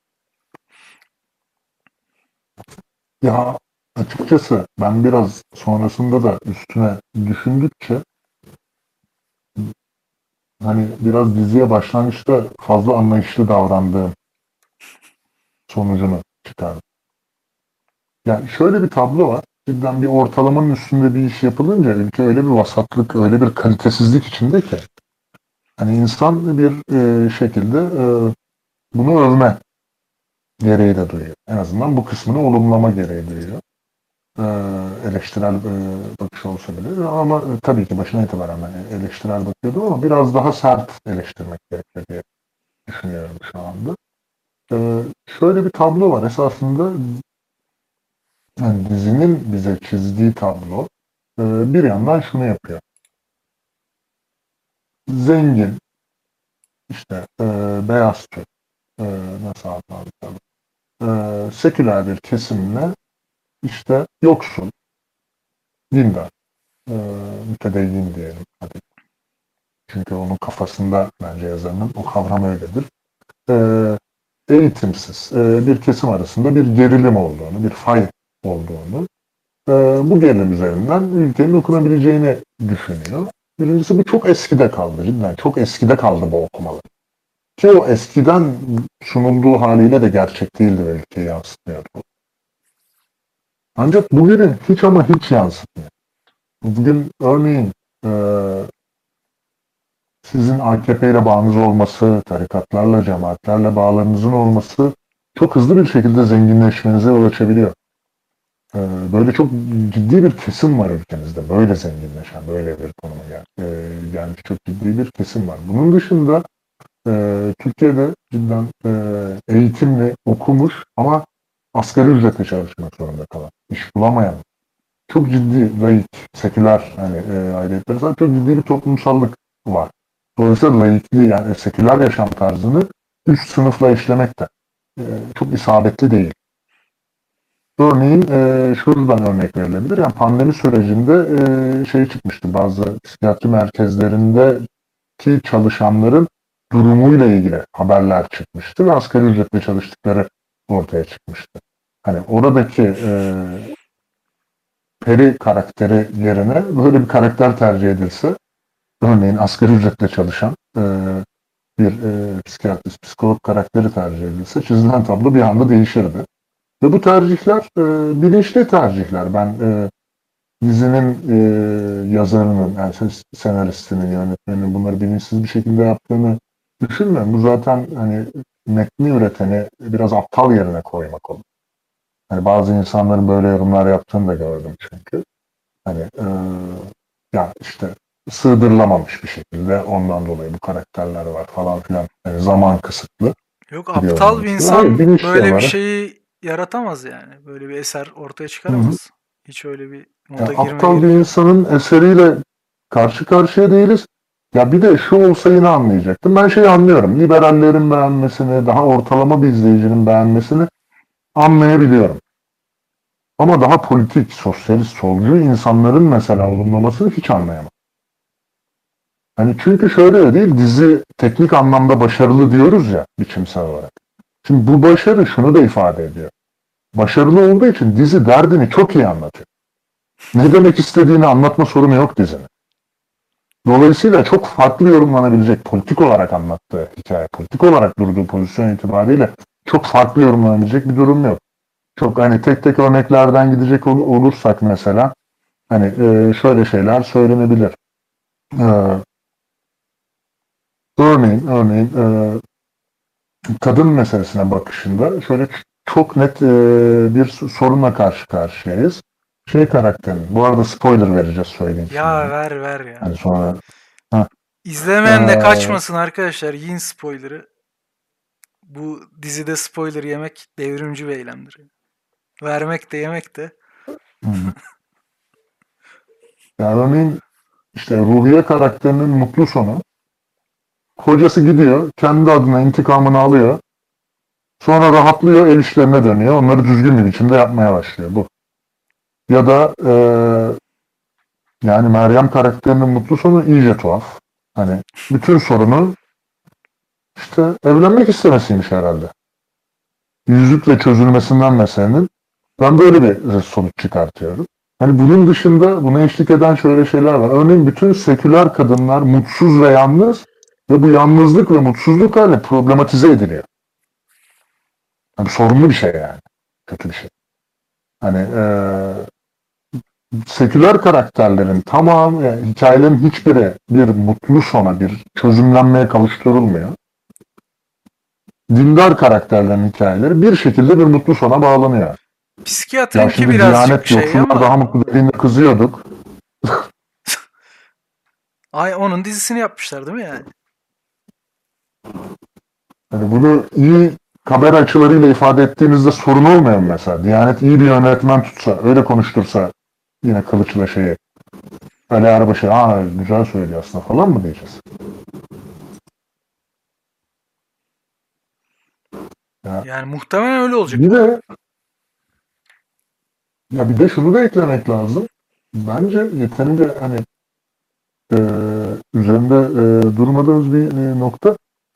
Ya açıkçası ben biraz sonrasında da üstüne düşündükçe hani biraz diziye başlangıçta fazla anlayışlı davrandığım sonucunu çıkardım. Yani şöyle bir tablo var. Cidden bir ortalamanın üstünde bir iş yapılınca ülke öyle bir vasatlık, öyle bir kalitesizlik içinde ki hani insan bir şekilde bunu övme gereği de duyuyor. En azından bu kısmını olumlama gereği duyuyor. Eleştirel bakış olsa bile ama tabii ki başına itibaren ben eleştirel bakıyordum ama biraz daha sert eleştirmek gerekiyor diye düşünüyorum şu anda. Şöyle bir tablo var. Esasında yani dizinin bize çizdiği tablo bir yandan şunu yapıyor. Zengin, işte beyaz Türk, e, nasıl adlandıralım, seküler bir kesimle işte yoksul, dindar, e, mütedeyyin diyelim. Hadi. Çünkü onun kafasında bence yazarının o kavram öyledir. E, Eğitimsiz bir kesim arasında bir gerilim olduğunu, bir fay olduğunu, bu gerilim üzerinden ülkenin okunabileceğini düşünüyor. Birincisi bu çok eskide kaldı cidden. Çok eskide kaldı bu okumalar. Ki o eskiden sunulduğu haliyle de gerçek değildi ve ülkeyi yansıtmıyordu. Ancak bugünün hiç ama hiç yansıtmıyor. Bugün örneğin sizin AKP ile bağınız olması, tarikatlarla, cemaatlerle bağlarınızın olması çok hızlı bir şekilde zenginleşmenize yol açabiliyor. Böyle çok ciddi bir kesim var ülkemizde. Böyle zenginleşen, böyle bir konuma gelmiş çok ciddi bir kesim var. Bunun dışında Türkiye'de cidden eğitimli, okumuş ama asgari ücretle çalışmak zorunda kalan, iş bulamayan, çok ciddi laik, seküler aidiyetler çok ciddi bir toplumsallık var. Dolayısıyla laikliği yani seküler yaşam tarzını üst sınıfla işlemek de çok isabetli değil. Örneğin şuradan örnek verilebilir. Yani pandemi sürecinde çıkmıştı. Bazı psikiyatri merkezlerindeki çalışanların durumuyla ilgili haberler çıkmıştı ve asgari ücretle çalıştıkları ortaya çıkmıştı. Hani oradaki peri karakteri yerine böyle bir karakter tercih edilse, örneğin asgari ücretle çalışan bir psikiyatrist, psikolog karakteri tercih edilse çizilen tablo bir anda değişirdi. Ve bu tercihler bilinçli tercihler. Ben dizinin yazarının, yani senaristinin, yönetmeninin bunları bilinçsiz bir şekilde yaptığını düşünmüyorum. Bu zaten hani metni üreteni biraz aptal yerine koymak olur. Hani bazı insanların böyle yorumlar yaptığını da gördüm çünkü. Hani ya işte sığdırılamamış bir şekilde ondan dolayı bu karakterler var falan filan. Yani zaman kısıtlı. Yok, aptal bir insan Hayır, bilinçli böyle bir olarak. şeyi yaratamaz yani. Böyle bir eser ortaya Hı hı. çıkaramaz. Hiç öyle bir Ya moda girmeye aptal bir gerek yok. insanın eseriyle karşı karşıya değiliz. Ya bir de şu olsa yine anlayacaktım. Ben şeyi anlıyorum. Liberallerin beğenmesini, daha ortalama bir izleyicinin beğenmesini anlayabiliyorum. Ama daha politik, sosyalist, solcu insanların mesela olumlamasını hiç anlayamam. Hani çünkü şöyle de değil, dizi teknik anlamda başarılı diyoruz ya biçimsel olarak. Şimdi bu başarı şunu da ifade ediyor. Başarılı olduğu için dizi derdini çok iyi anlatıyor. Ne demek istediğini anlatma sorunu yok dizinin. Dolayısıyla çok farklı yorumlanabilecek, politik olarak anlattığı hikaye, politik olarak durduğu pozisyon itibariyle çok farklı yorumlanabilecek bir durum yok. Çok hani tek tek örneklerden gidecek olursak mesela hani şöyle şeyler söylenebilir. E, örneğin kadın meselesine bakışında şöyle çok net bir sorunla karşı karşıyayız. Karakterin, bu arada spoiler vereceğiz söyleyeyim Ya şimdi. ver ya. Hani sonra ha, İzlemeyen de e, kaçmasın arkadaşlar. Yiyin spoiler'ı. Bu dizide spoiler yemek devrimci bir eylemdir. Vermek de yemek de. yani örneğin işte Ruhiye karakterinin mutlu sonu. Kocası gidiyor, kendi adına intikamını alıyor. Sonra rahatlıyor, el işlerine dönüyor. Onları düzgün bir biçimde yapmaya başlıyor. Bu. Ya da yani Meryem karakterinin mutlu sonu iyice tuhaf. Hani bütün sorunu işte evlenmek istemesiymiş herhalde. Yüzükle çözülmesinden meselenin ben böyle bir sonuç çıkartıyorum. Hani bunun dışında buna eşlik eden şöyle şeyler var. Örneğin bütün seküler kadınlar mutsuz ve yalnız ve bu yalnızlık ve mutsuzluk hali problematize ediliyor. Hani sorunlu bir şey yani. Kötü bir şey. Hani seküler karakterlerin tamam yani hikayelerin hiçbiri bir mutlu sona, bir çözümlenmeye kavuşturulmuyor. Dindar karakterlerin hikayeleri bir şekilde bir mutlu sona bağlanıyor. Ya Psikiyatrinki şimdi birazcık Diyanet şey yoksullar ama daha mutlu dediğinde kızıyorduk. ay onun dizisini yapmışlar değil mi yani? Hani bunu iyi kamera açılarıyla ifade ettiğinizde sorun olmuyor mu mesela? Diyanet iyi bir yönetmen tutsa, öyle konuştursa yine Kılıç'la Ali Erbaş'ı güzel söylüyor aslında falan mı diyeceğiz? Ya Yani muhtemelen öyle olacak bir bu arada. de bir de şunu da eklemek lazım. Bence yeterince hani e, üzerinde durmadığımız bir nokta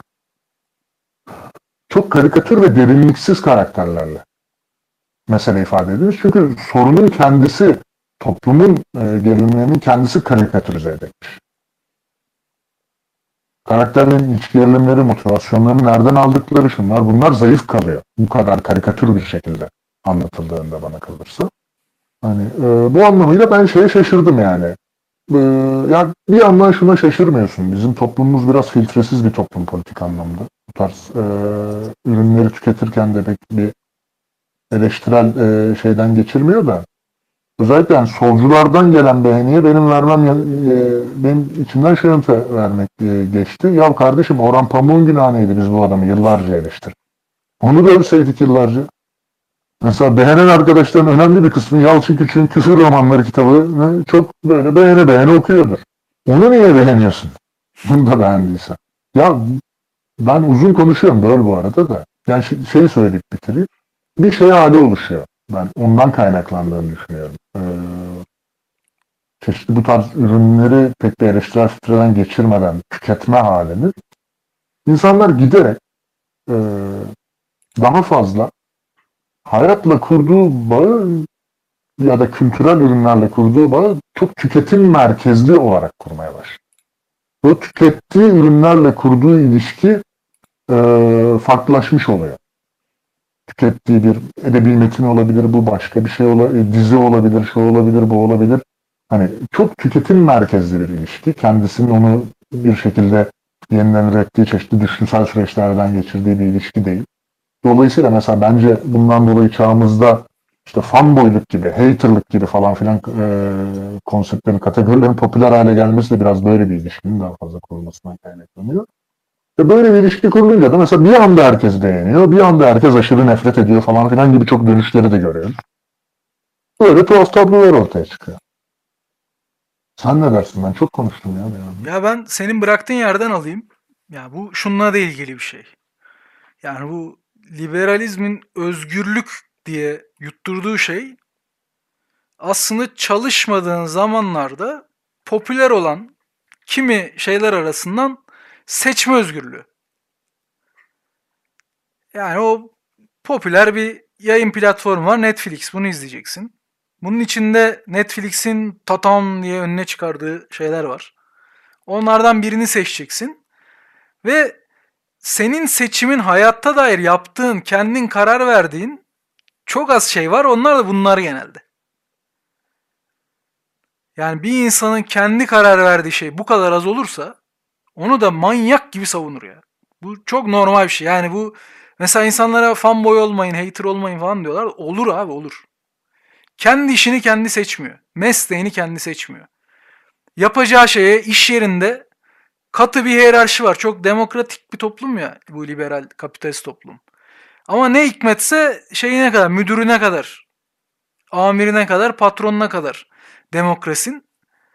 çok karikatür ve derinliksiz karakterlerle mesele ifade edilir. Çünkü sorunun kendisi toplumun gerilimlerinin kendisi karikatürize edilmiş. karakterlerin iç gerilimleri, motivasyonlarını nereden aldıkları şunlar bunlar zayıf kalıyor. Bu kadar karikatür bir şekilde anlatıldığında bana kalırsa. Hani bu anlamıyla ben şeye şaşırdım yani. Ya bir yandan şuna şaşırmıyorsun. Bizim toplumumuz biraz filtresiz bir toplum politik anlamda. Bu tarz ürünleri tüketirken de pek bir eleştirel şeyden geçirmiyor da. Özellikle yani solculardan gelen beğeniye benim içimden şey vermek geçti. Ya kardeşim Orhan Pamuk'un günahı neydi biz bu adamı yıllarca eleştirdik. Onu da övseydik yıllarca. Mesela beğenen arkadaşların önemli bir kısmı Yalçın Küçük'ün Küfür Romanları kitabını çok böyle beğene okuyordur. Onu niye beğeniyorsun? Bunu da beğendiysen. Ya ben uzun konuşuyorum böyle bu arada da. Yani şeyi söyleyip bitireyim. Bir şey hali oluşuyor. Ben ondan kaynaklandığını düşünüyorum. Çeşitli bu tarz ürünleri pek bir eleştirel filtreden geçirmeden tüketme halini insanlar giderek daha fazla hayatla kurduğu bağı ya da kültürel ürünlerle kurduğu bağı çok tüketim merkezli olarak kurmaya başlıyor. Bu tükettiği ürünlerle kurduğu ilişki farklılaşmış oluyor. Tükettiği bir edebi metin olabilir, bu başka bir şey olabilir, dizi olabilir, şu olabilir, bu olabilir. Hani çok tüketim merkezli bir ilişki. Kendisinin onu bir şekilde yeniden ürettiği çeşitli düşünsel süreçlerden geçirdiği bir ilişki değil. Dolayısıyla mesela bence bundan dolayı çağımızda işte fanboyluk gibi, haterlık gibi falan filan konseptlerin, kategorilerin popüler hale gelmesi de biraz böyle bir ilişkinin daha fazla kurulmasından kaynaklanıyor. Ve böyle bir ilişki kurulunca da mesela bir anda herkes beğeniyor, bir anda herkes aşırı nefret ediyor falan filan gibi çok dönüşleri de görüyoruz. Böyle tuhaf tablolar ortaya çıkıyor. Sen ne dersin? Ben çok konuştum ya. Ya ben senin bıraktığın yerden alayım. Ya bu şununla da ilgili bir şey. Yani bu liberalizmin özgürlük diye yutturduğu şey aslında çalışmadığın zamanlarda popüler olan kimi şeyler arasından seçme özgürlüğü. Yani o popüler bir yayın platformu var, Netflix. Bunu izleyeceksin. Bunun içinde Netflix'in tatam diye önüne çıkardığı şeyler var. Onlardan birini seçeceksin ve senin seçimin hayatta dair yaptığın, kendin karar verdiğin çok az şey var. Onlar da bunlar genelde. Yani bir insanın kendi karar verdiği şey bu kadar az olursa onu da manyak gibi savunur ya. Bu çok normal bir şey. Yani bu mesela insanlara fanboy olmayın, hater olmayın falan diyorlar. Olur abi olur. Kendi işini kendi seçmiyor. Mesleğini kendi seçmiyor. Yapacağı şeye iş yerinde katı bir hiyerarşi var. Çok demokratik bir toplum ya bu liberal kapitalist toplum. Ama ne hikmetse şeyine kadar, müdürüne kadar, amirine kadar, patronuna kadar demokrasin.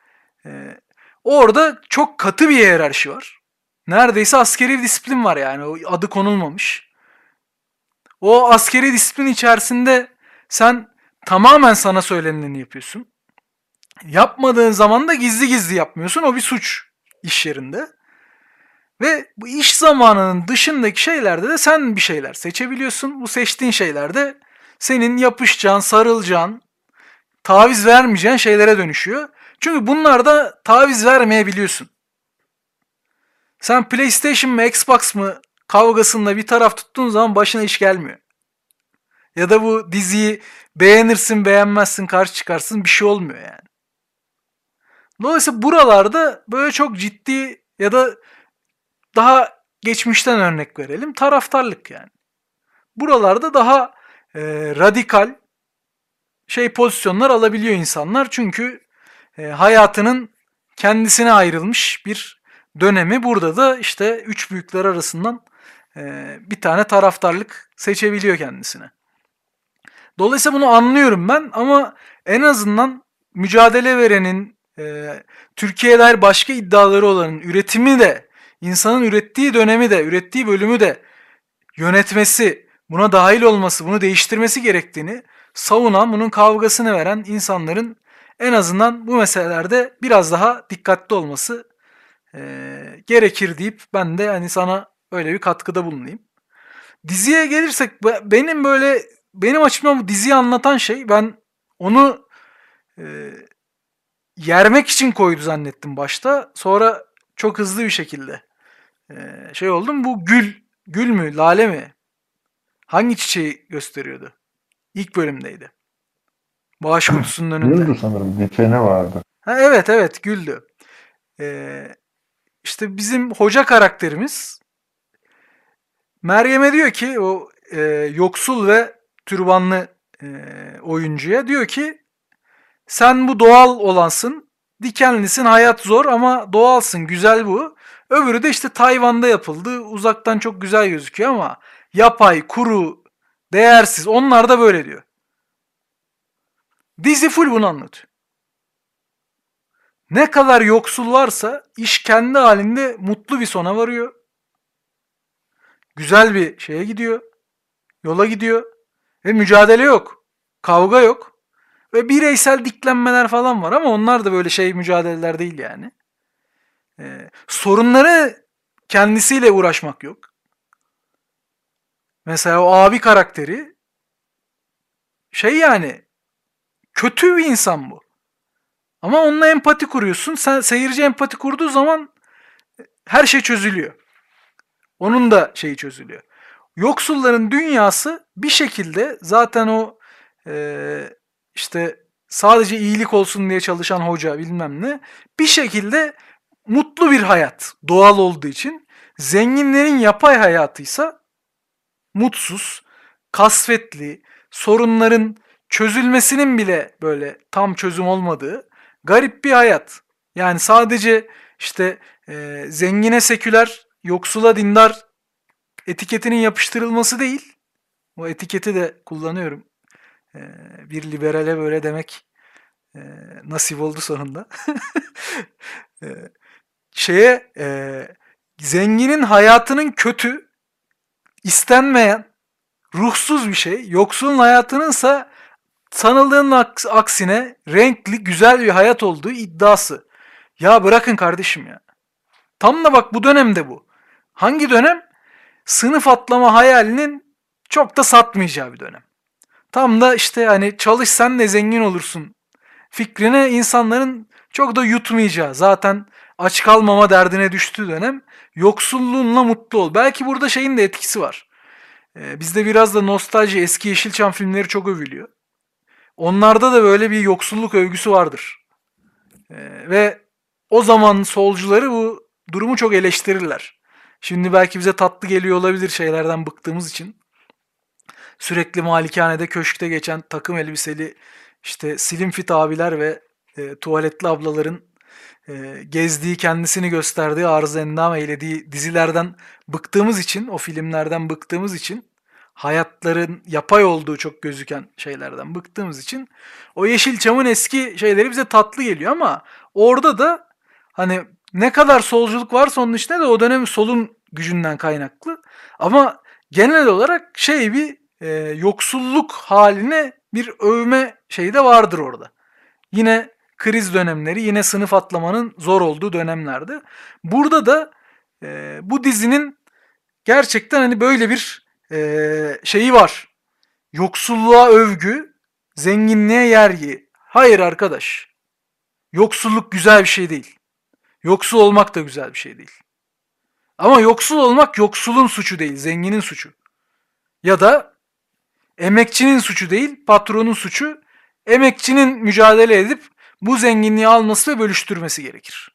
Orada çok katı bir hiyerarşi var. Neredeyse askeri bir disiplin var yani. O adı konulmamış. O askeri disiplin içerisinde sen tamamen sana söyleneni yapıyorsun. Yapmadığın zaman da gizli gizli yapmıyorsun. O bir suç iş yerinde. Ve bu iş zamanının dışındaki şeylerde de sen bir şeyler seçebiliyorsun. Bu seçtiğin şeylerde senin yapışacağın, sarılacağın, taviz vermeyeceğin şeylere dönüşüyor. Çünkü bunlarda taviz vermeyebiliyorsun. Sen PlayStation mı Xbox mı kavgasında bir taraf tuttuğun zaman başına iş gelmiyor. Ya da bu diziyi beğenirsin beğenmezsin karşı çıkarsın bir şey olmuyor yani. Dolayısıyla buralarda böyle çok ciddi ya da daha geçmişten örnek verelim taraftarlık yani. Buralarda daha radikal pozisyonlar alabiliyor insanlar çünkü hayatının kendisine ayrılmış bir dönemi. Burada da işte üç büyükler arasından bir tane taraftarlık seçebiliyor kendisine. Dolayısıyla bunu anlıyorum ben ama en azından mücadele verenin, Türkiye'ye dair başka iddiaları olanın üretimi de, insanın ürettiği dönemi de, ürettiği bölümü de yönetmesi, buna dahil olması, bunu değiştirmesi gerektiğini savunan, bunun kavgasını veren insanların en azından bu meselelerde biraz daha dikkatli olması gerekir deyip ben de hani sana öyle bir katkıda bulunayım. Diziye gelirsek benim açımdan bu diziyi anlatan şey ben onu yermek için koydu zannettim başta. Sonra çok hızlı bir şekilde şey oldum. Bu gül mü, lale mi? Hangi çiçeği gösteriyordu? İlk bölümdeydi. Bağış kutusunun önünde. Güldü sanırım. Dikeni vardı. Ha, evet güldü. İşte bizim hoca karakterimiz Meryem'e diyor ki o yoksul ve türbanlı oyuncuya diyor ki sen bu doğal olansın. Dikenlisin, hayat zor ama doğalsın, güzel bu. Öbürü de işte Tayvan'da yapıldı. Uzaktan çok güzel gözüküyor ama yapay, kuru, değersiz. Onlar da böyle diyor. Dizi full bunu anlatıyor. Ne kadar yoksul varsa iş kendi halinde mutlu bir sona varıyor. Güzel bir şeye gidiyor. Yola gidiyor. Ve mücadele yok. Kavga yok. Ve bireysel diklenmeler falan var ama onlar da böyle şey mücadeleler değil yani. Sorunları kendisiyle uğraşmak yok. Mesela o abi karakteri şey yani kötü bir insan bu. Ama onunla empati kuruyorsun. Sen seyirci empati kurduğu zaman her şey çözülüyor. Onun da şeyi çözülüyor. Yoksulların dünyası bir şekilde zaten o işte sadece iyilik olsun diye çalışan hoca bilmem ne bir şekilde mutlu bir hayat doğal olduğu için zenginlerin yapay hayatıysa mutsuz, kasvetli, sorunların çözülmesinin bile böyle tam çözüm olmadığı garip bir hayat. Yani sadece işte zengine seküler, yoksula dindar etiketinin yapıştırılması değil. O etiketi de kullanıyorum. Bir liberale böyle demek nasip oldu sonunda. E, şeye zenginin hayatının kötü, istenmeyen, ruhsuz bir şey. Yoksulun hayatınınsa sanıldığının aksine renkli, güzel bir hayat olduğu iddiası. Ya bırakın kardeşim ya. Tam da bak bu dönemde bu. Hangi dönem? Sınıf atlama hayalinin çok da satmayacağı bir dönem. Tam da işte hani çalışsan ne zengin olursun fikrine insanların çok da yutmayacağı, zaten aç kalmama derdine düştüğü dönem yoksulluğunla mutlu ol. Belki burada şeyin de etkisi var. Bizde biraz da nostalji, eski Yeşilçam filmleri çok övülüyor. Onlarda da böyle bir yoksulluk övgüsü vardır. Ve o zaman solcuları bu durumu çok eleştirirler. Şimdi belki bize tatlı geliyor olabilir şeylerden bıktığımız için. Sürekli malikanede köşkte geçen takım elbiseli işte slim fit abiler ve tuvaletli ablaların gezdiği, kendisini gösterdiği, arz endam eylediği dizilerden bıktığımız için, o filmlerden bıktığımız için, hayatların yapay olduğu çok gözüken şeylerden bıktığımız için o Yeşilçam'ın eski şeyleri bize tatlı geliyor ama orada da hani ne kadar solculuk varsa onun içinde de o dönemin solun gücünden kaynaklı ama genel olarak şey bir yoksulluk haline bir övme şeyi de vardır orada. Yine kriz dönemleri, yine sınıf atlamanın zor olduğu dönemlerde. Burada da bu dizinin gerçekten hani böyle bir şeyi var. Yoksulluğa övgü, zenginliğe yergi. Hayır arkadaş. Yoksulluk güzel bir şey değil. Yoksul olmak da güzel bir şey değil. Ama yoksul olmak yoksulun suçu değil, zenginin suçu. Ya da emekçinin suçu değil, patronun suçu. Emekçinin mücadele edip bu zenginliği alması ve bölüştürmesi gerekir.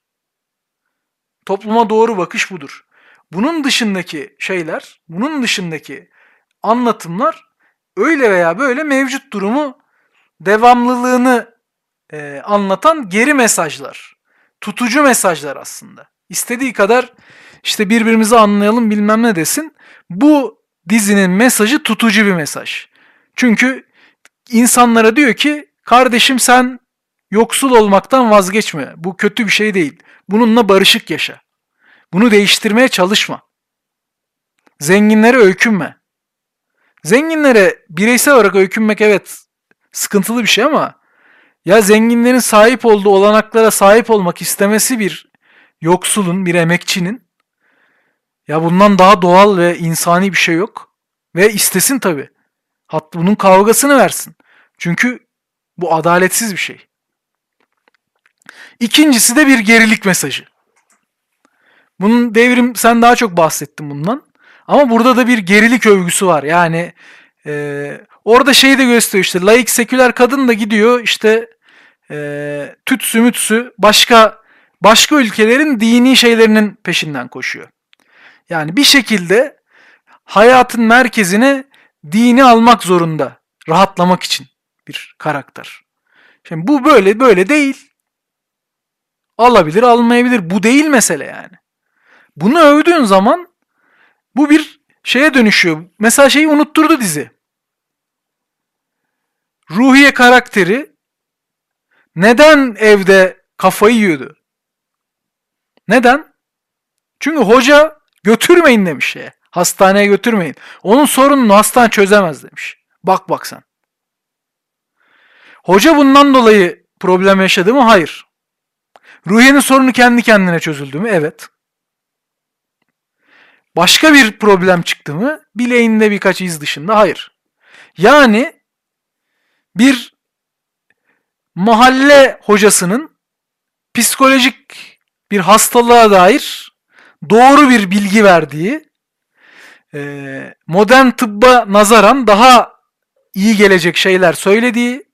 Topluma doğru bakış budur. Bunun dışındaki şeyler, bunun dışındaki anlatımlar öyle veya böyle mevcut durumu devamlılığını anlatan geri mesajlar. Tutucu mesajlar aslında. İstediği kadar işte birbirimizi anlayalım bilmem ne desin. Bu dizinin mesajı tutucu bir mesaj. Çünkü insanlara diyor ki kardeşim sen yoksul olmaktan vazgeçme. Bu kötü bir şey değil. Bununla barışık yaşa. Bunu değiştirmeye çalışma. Zenginlere öykünme. Zenginlere bireysel olarak öykünmek evet sıkıntılı bir şey ama ya zenginlerin sahip olduğu olanaklara sahip olmak istemesi bir yoksulun, bir emekçinin ya bundan daha doğal ve insani bir şey yok. Ve istesin tabii. Hatta bunun kavgasını versin. Çünkü bu adaletsiz bir şey. İkincisi de bir gerilik mesajı. Bunun Devrim sen daha çok bahsettin bundan. Ama burada da bir gerilik övgüsü var. Yani orada şeyi de gösteriyor işte laik seküler kadın da gidiyor işte tütsü mütsü başka ülkelerin dini şeylerinin peşinden koşuyor. Yani bir şekilde hayatın merkezine dini almak zorunda. Rahatlamak için bir karakter. Şimdi bu böyle değil. Alabilir, almayabilir. Bu değil mesele yani. Bunu övdüğün zaman bu bir şeye dönüşüyor. Mesela şeyi unutturdu dizi. Ruhiye karakteri neden evde kafayı yiyordu? Neden? Çünkü hoca götürmeyin demiş şeye. Hastaneye götürmeyin. Onun sorununu hastane çözemez demiş. Bak sen. Hoca bundan dolayı problem yaşadı mı? Hayır. Ruhiye'nin sorunu kendi kendine çözüldü mü? Evet. Başka bir problem çıktı mı? Bileğinde birkaç iz dışında? Hayır. Yani bir mahalle hocasının psikolojik bir hastalığa dair doğru bir bilgi verdiği, modern tıbba nazaran daha iyi gelecek şeyler söylediği,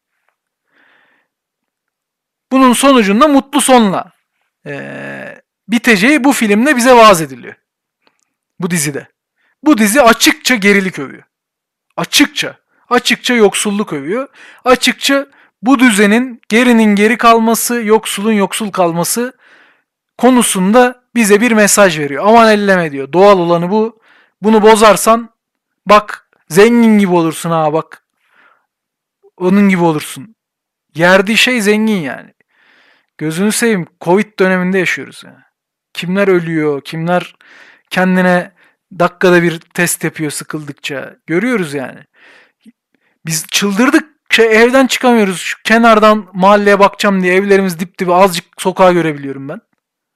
bunun sonucunda mutlu sonla biteceği bu filmde bize vaaz ediliyor. Bu dizide. Bu dizi açıkça gerilik övüyor. Açıkça yoksulluk övüyor. Açıkça bu düzenin gerinin geri kalması, yoksulun yoksul kalması konusunda bize bir mesaj veriyor. Aman elleme diyor. Doğal olanı bu. Bunu bozarsan bak zengin gibi olursun ha bak. Onun gibi olursun. Yerdiği şey zengin yani. Gözünü seveyim. Covid döneminde yaşıyoruz yani. Kimler ölüyor, kimler kendine dakikada bir test yapıyor sıkıldıkça. Görüyoruz yani. Biz çıldırdık. Evden çıkamıyoruz. Şu kenardan mahalleye bakacağım diye evlerimiz dip dibe azıcık sokağa görebiliyorum ben.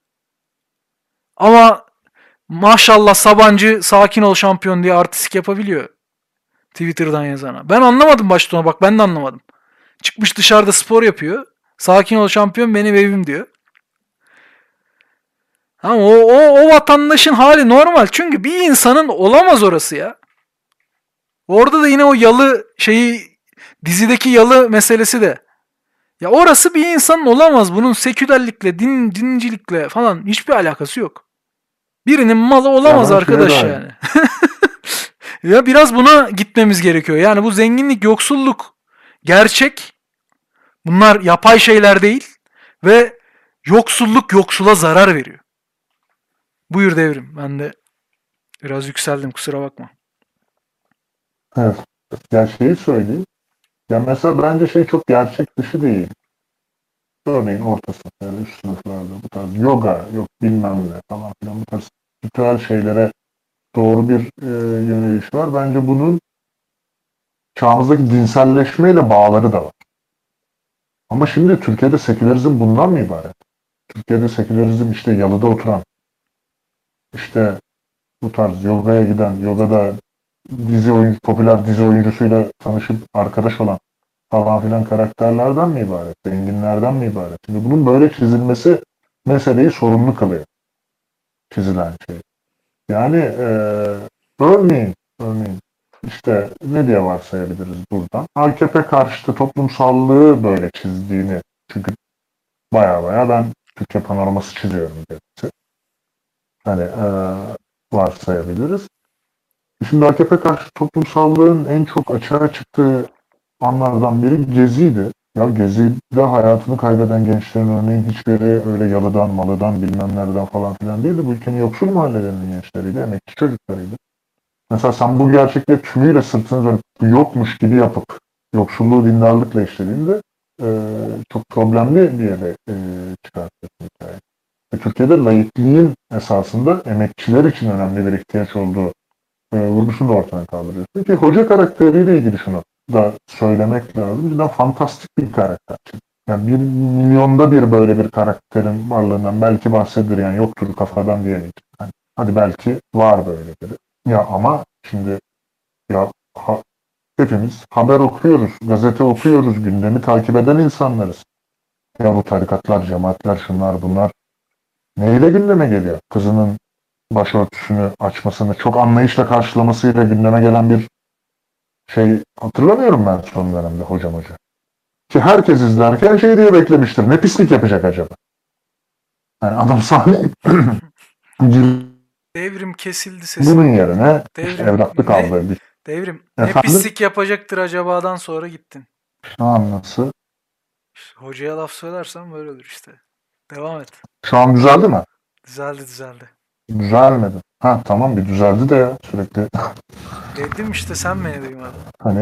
Ama maşallah Sabancı sakin ol şampiyon diye artistik yapabiliyor. Twitter'dan yazana. Ben anlamadım başta ona bak ben de anlamadım. Çıkmış dışarıda spor yapıyor. Sakin ol şampiyon benim evim diyor. Ama o vatandaşın hali normal. Çünkü bir insanın olamaz orası ya. Orada da yine o yalı dizideki yalı meselesi de. Ya orası bir insanın olamaz. Bunun sekülerlikle, dincilikle falan hiçbir alakası yok. Birinin malı olamaz arkadaş yani. Ya biraz buna gitmemiz gerekiyor. Yani bu zenginlik, yoksulluk gerçek. Bunlar yapay şeyler değil. Ve yoksulluk yoksula zarar veriyor. Buyur Devrim. Ben de biraz yükseldim kusura bakma. Evet. Ya şeyi söyleyeyim. Ya mesela bence şey çok gerçek dışı değil. Örneğin orta sınıf yani üst sınıflarda bu tarz yoga yok bilmem ne falan filan bu tarz ritüel şeylere doğru bir yöneliş var. Bence bunun çağımızdaki dinselleşmeyle bağları da var. Ama şimdi Türkiye'de sekülerizm bundan mı ibaret? Türkiye'de sekülerizm işte yalıda oturan, işte bu tarz yogaya giden, yogada popüler dizi oyuncusuyla tanışıp arkadaş olan falan filan karakterlerden mi ibaret? Zenginlerden mi ibaret? Şimdi bunun böyle çizilmesi meseleyi sorunlu kılıyor. Çizilen şey. Yani örneğin işte ne diye varsayabiliriz buradan? AKP karşıtı toplumsallığı böyle çizdiğini çünkü baya ben Türkiye panoraması çiziyorum dedi. Hani varsayabiliriz. Şimdi AKP karşı toplumsallığın en çok açığa çıktığı anlardan biri Gezi'ydi. Ya Gezi'de hayatını kaybeden gençlerin örneğin hiçbiri öyle yalıdan, malıdan, bilmem nereden falan filan değildi. Bu ülkenin yoksul mahallelerinin gençleriydi, emekçi çocuklarıydı. Mesela sen bu gerçekle tümüyle sırtını dönüp yokmuş gibi yapıp yoksulluğu dindarlıkla işlediğinde çok problemli bir yere çıkartıyorsun hikayeyi. Türkiye'de laikliğin esasında emekçiler için önemli bir ihtiyaç olduğu vurgusunu da ortadan kaldırıyorsun. Ki hoca karakteriyle ilgili şunu da söylemek lazım. Cidden fantastik bir karakter. Yani 1 milyonda bir böyle bir karakterin varlığından belki bahsedilir yani yoktur kafadan diyemeyiz. Yani hadi belki var böyle biri. Ya ama şimdi ya hepimiz haber okuyoruz, gazete okuyoruz, gündemi takip eden insanlarız. Ya bu tarikatlar, cemaatler, şunlar bunlar neyle gündeme geliyor? Kızının başörtüsünü açmasını çok anlayışla karşılamasıyla gündeme gelen bir şey hatırlamıyorum ben son dönemde hocam hoca. Ki herkes izlerken şey diye beklemiştir. Ne pislik yapacak acaba? Yani adam sahneye Devrim kesildi sesin. bunun yerine işte Devrim evlatlık ne? aldığı bir Devrim ne efendim pislik yapacaktır acabadan sonra gittin. şu an nasıl? İşte hocaya laf söylersen böyle olur işte. Devam et. Şu an düzeldi mi? Düzeldi. Düzelmedi. Ha tamam bir düzeldi de ya sürekli Dedim işte sen beni duymadın. hani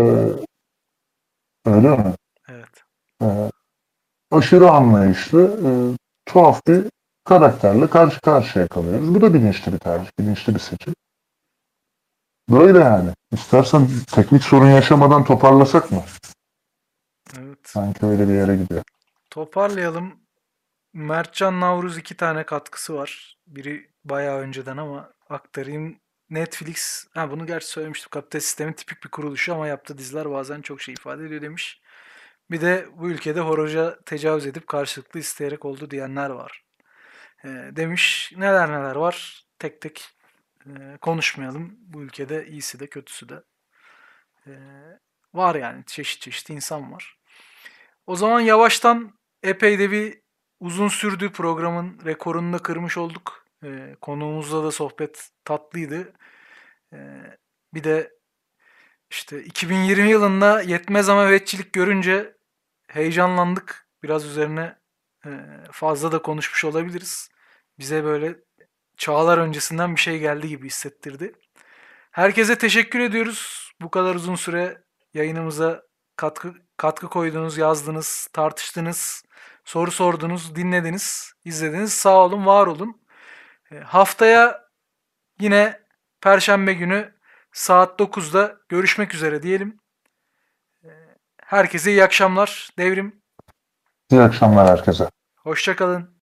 öyle mi? Evet. Aşırı anlayışlı, tuhaf bir karakterle karşı karşıya kalıyoruz. Bu da bilinçli bir tercih, bilinçli bir seçim. Böyle yani. İstersen teknik sorun yaşamadan toparlasak mı? Evet. Sanki öyle bir yere gidiyor. Toparlayalım. Mertcan Navruz 2 tane katkısı var. Biri bayağı önceden ama aktarayım. Netflix, bunu gerçi söylemiştim. Kapitalist sistemin tipik bir kuruluşu ama yaptığı diziler bazen çok şey ifade ediyor demiş. Bir de bu ülkede horoca tecavüz edip karşılıklı isteyerek oldu diyenler var. Demiş neler neler var. Tek tek konuşmayalım. Bu ülkede iyisi de kötüsü de e, var yani. Çeşit çeşit insan var. O zaman yavaştan epey de bir uzun sürdü programın rekorunu da kırmış olduk. Konuğumuzla da sohbet tatlıydı. Bir de işte 2020 yılında yetmez ama vetçilik görünce heyecanlandık. Biraz üzerine fazla da konuşmuş olabiliriz. Bize böyle çağlar öncesinden bir şey geldi gibi hissettirdi. Herkese teşekkür ediyoruz. Bu kadar uzun süre yayınımıza katkı koydunuz, yazdınız, tartıştınız, soru sordunuz, dinlediniz, izlediniz. Sağ olun, var olun. Haftaya yine Perşembe günü saat 9'da görüşmek üzere diyelim. Herkese iyi akşamlar. Devrim, İyi akşamlar herkese. hoşça kalın.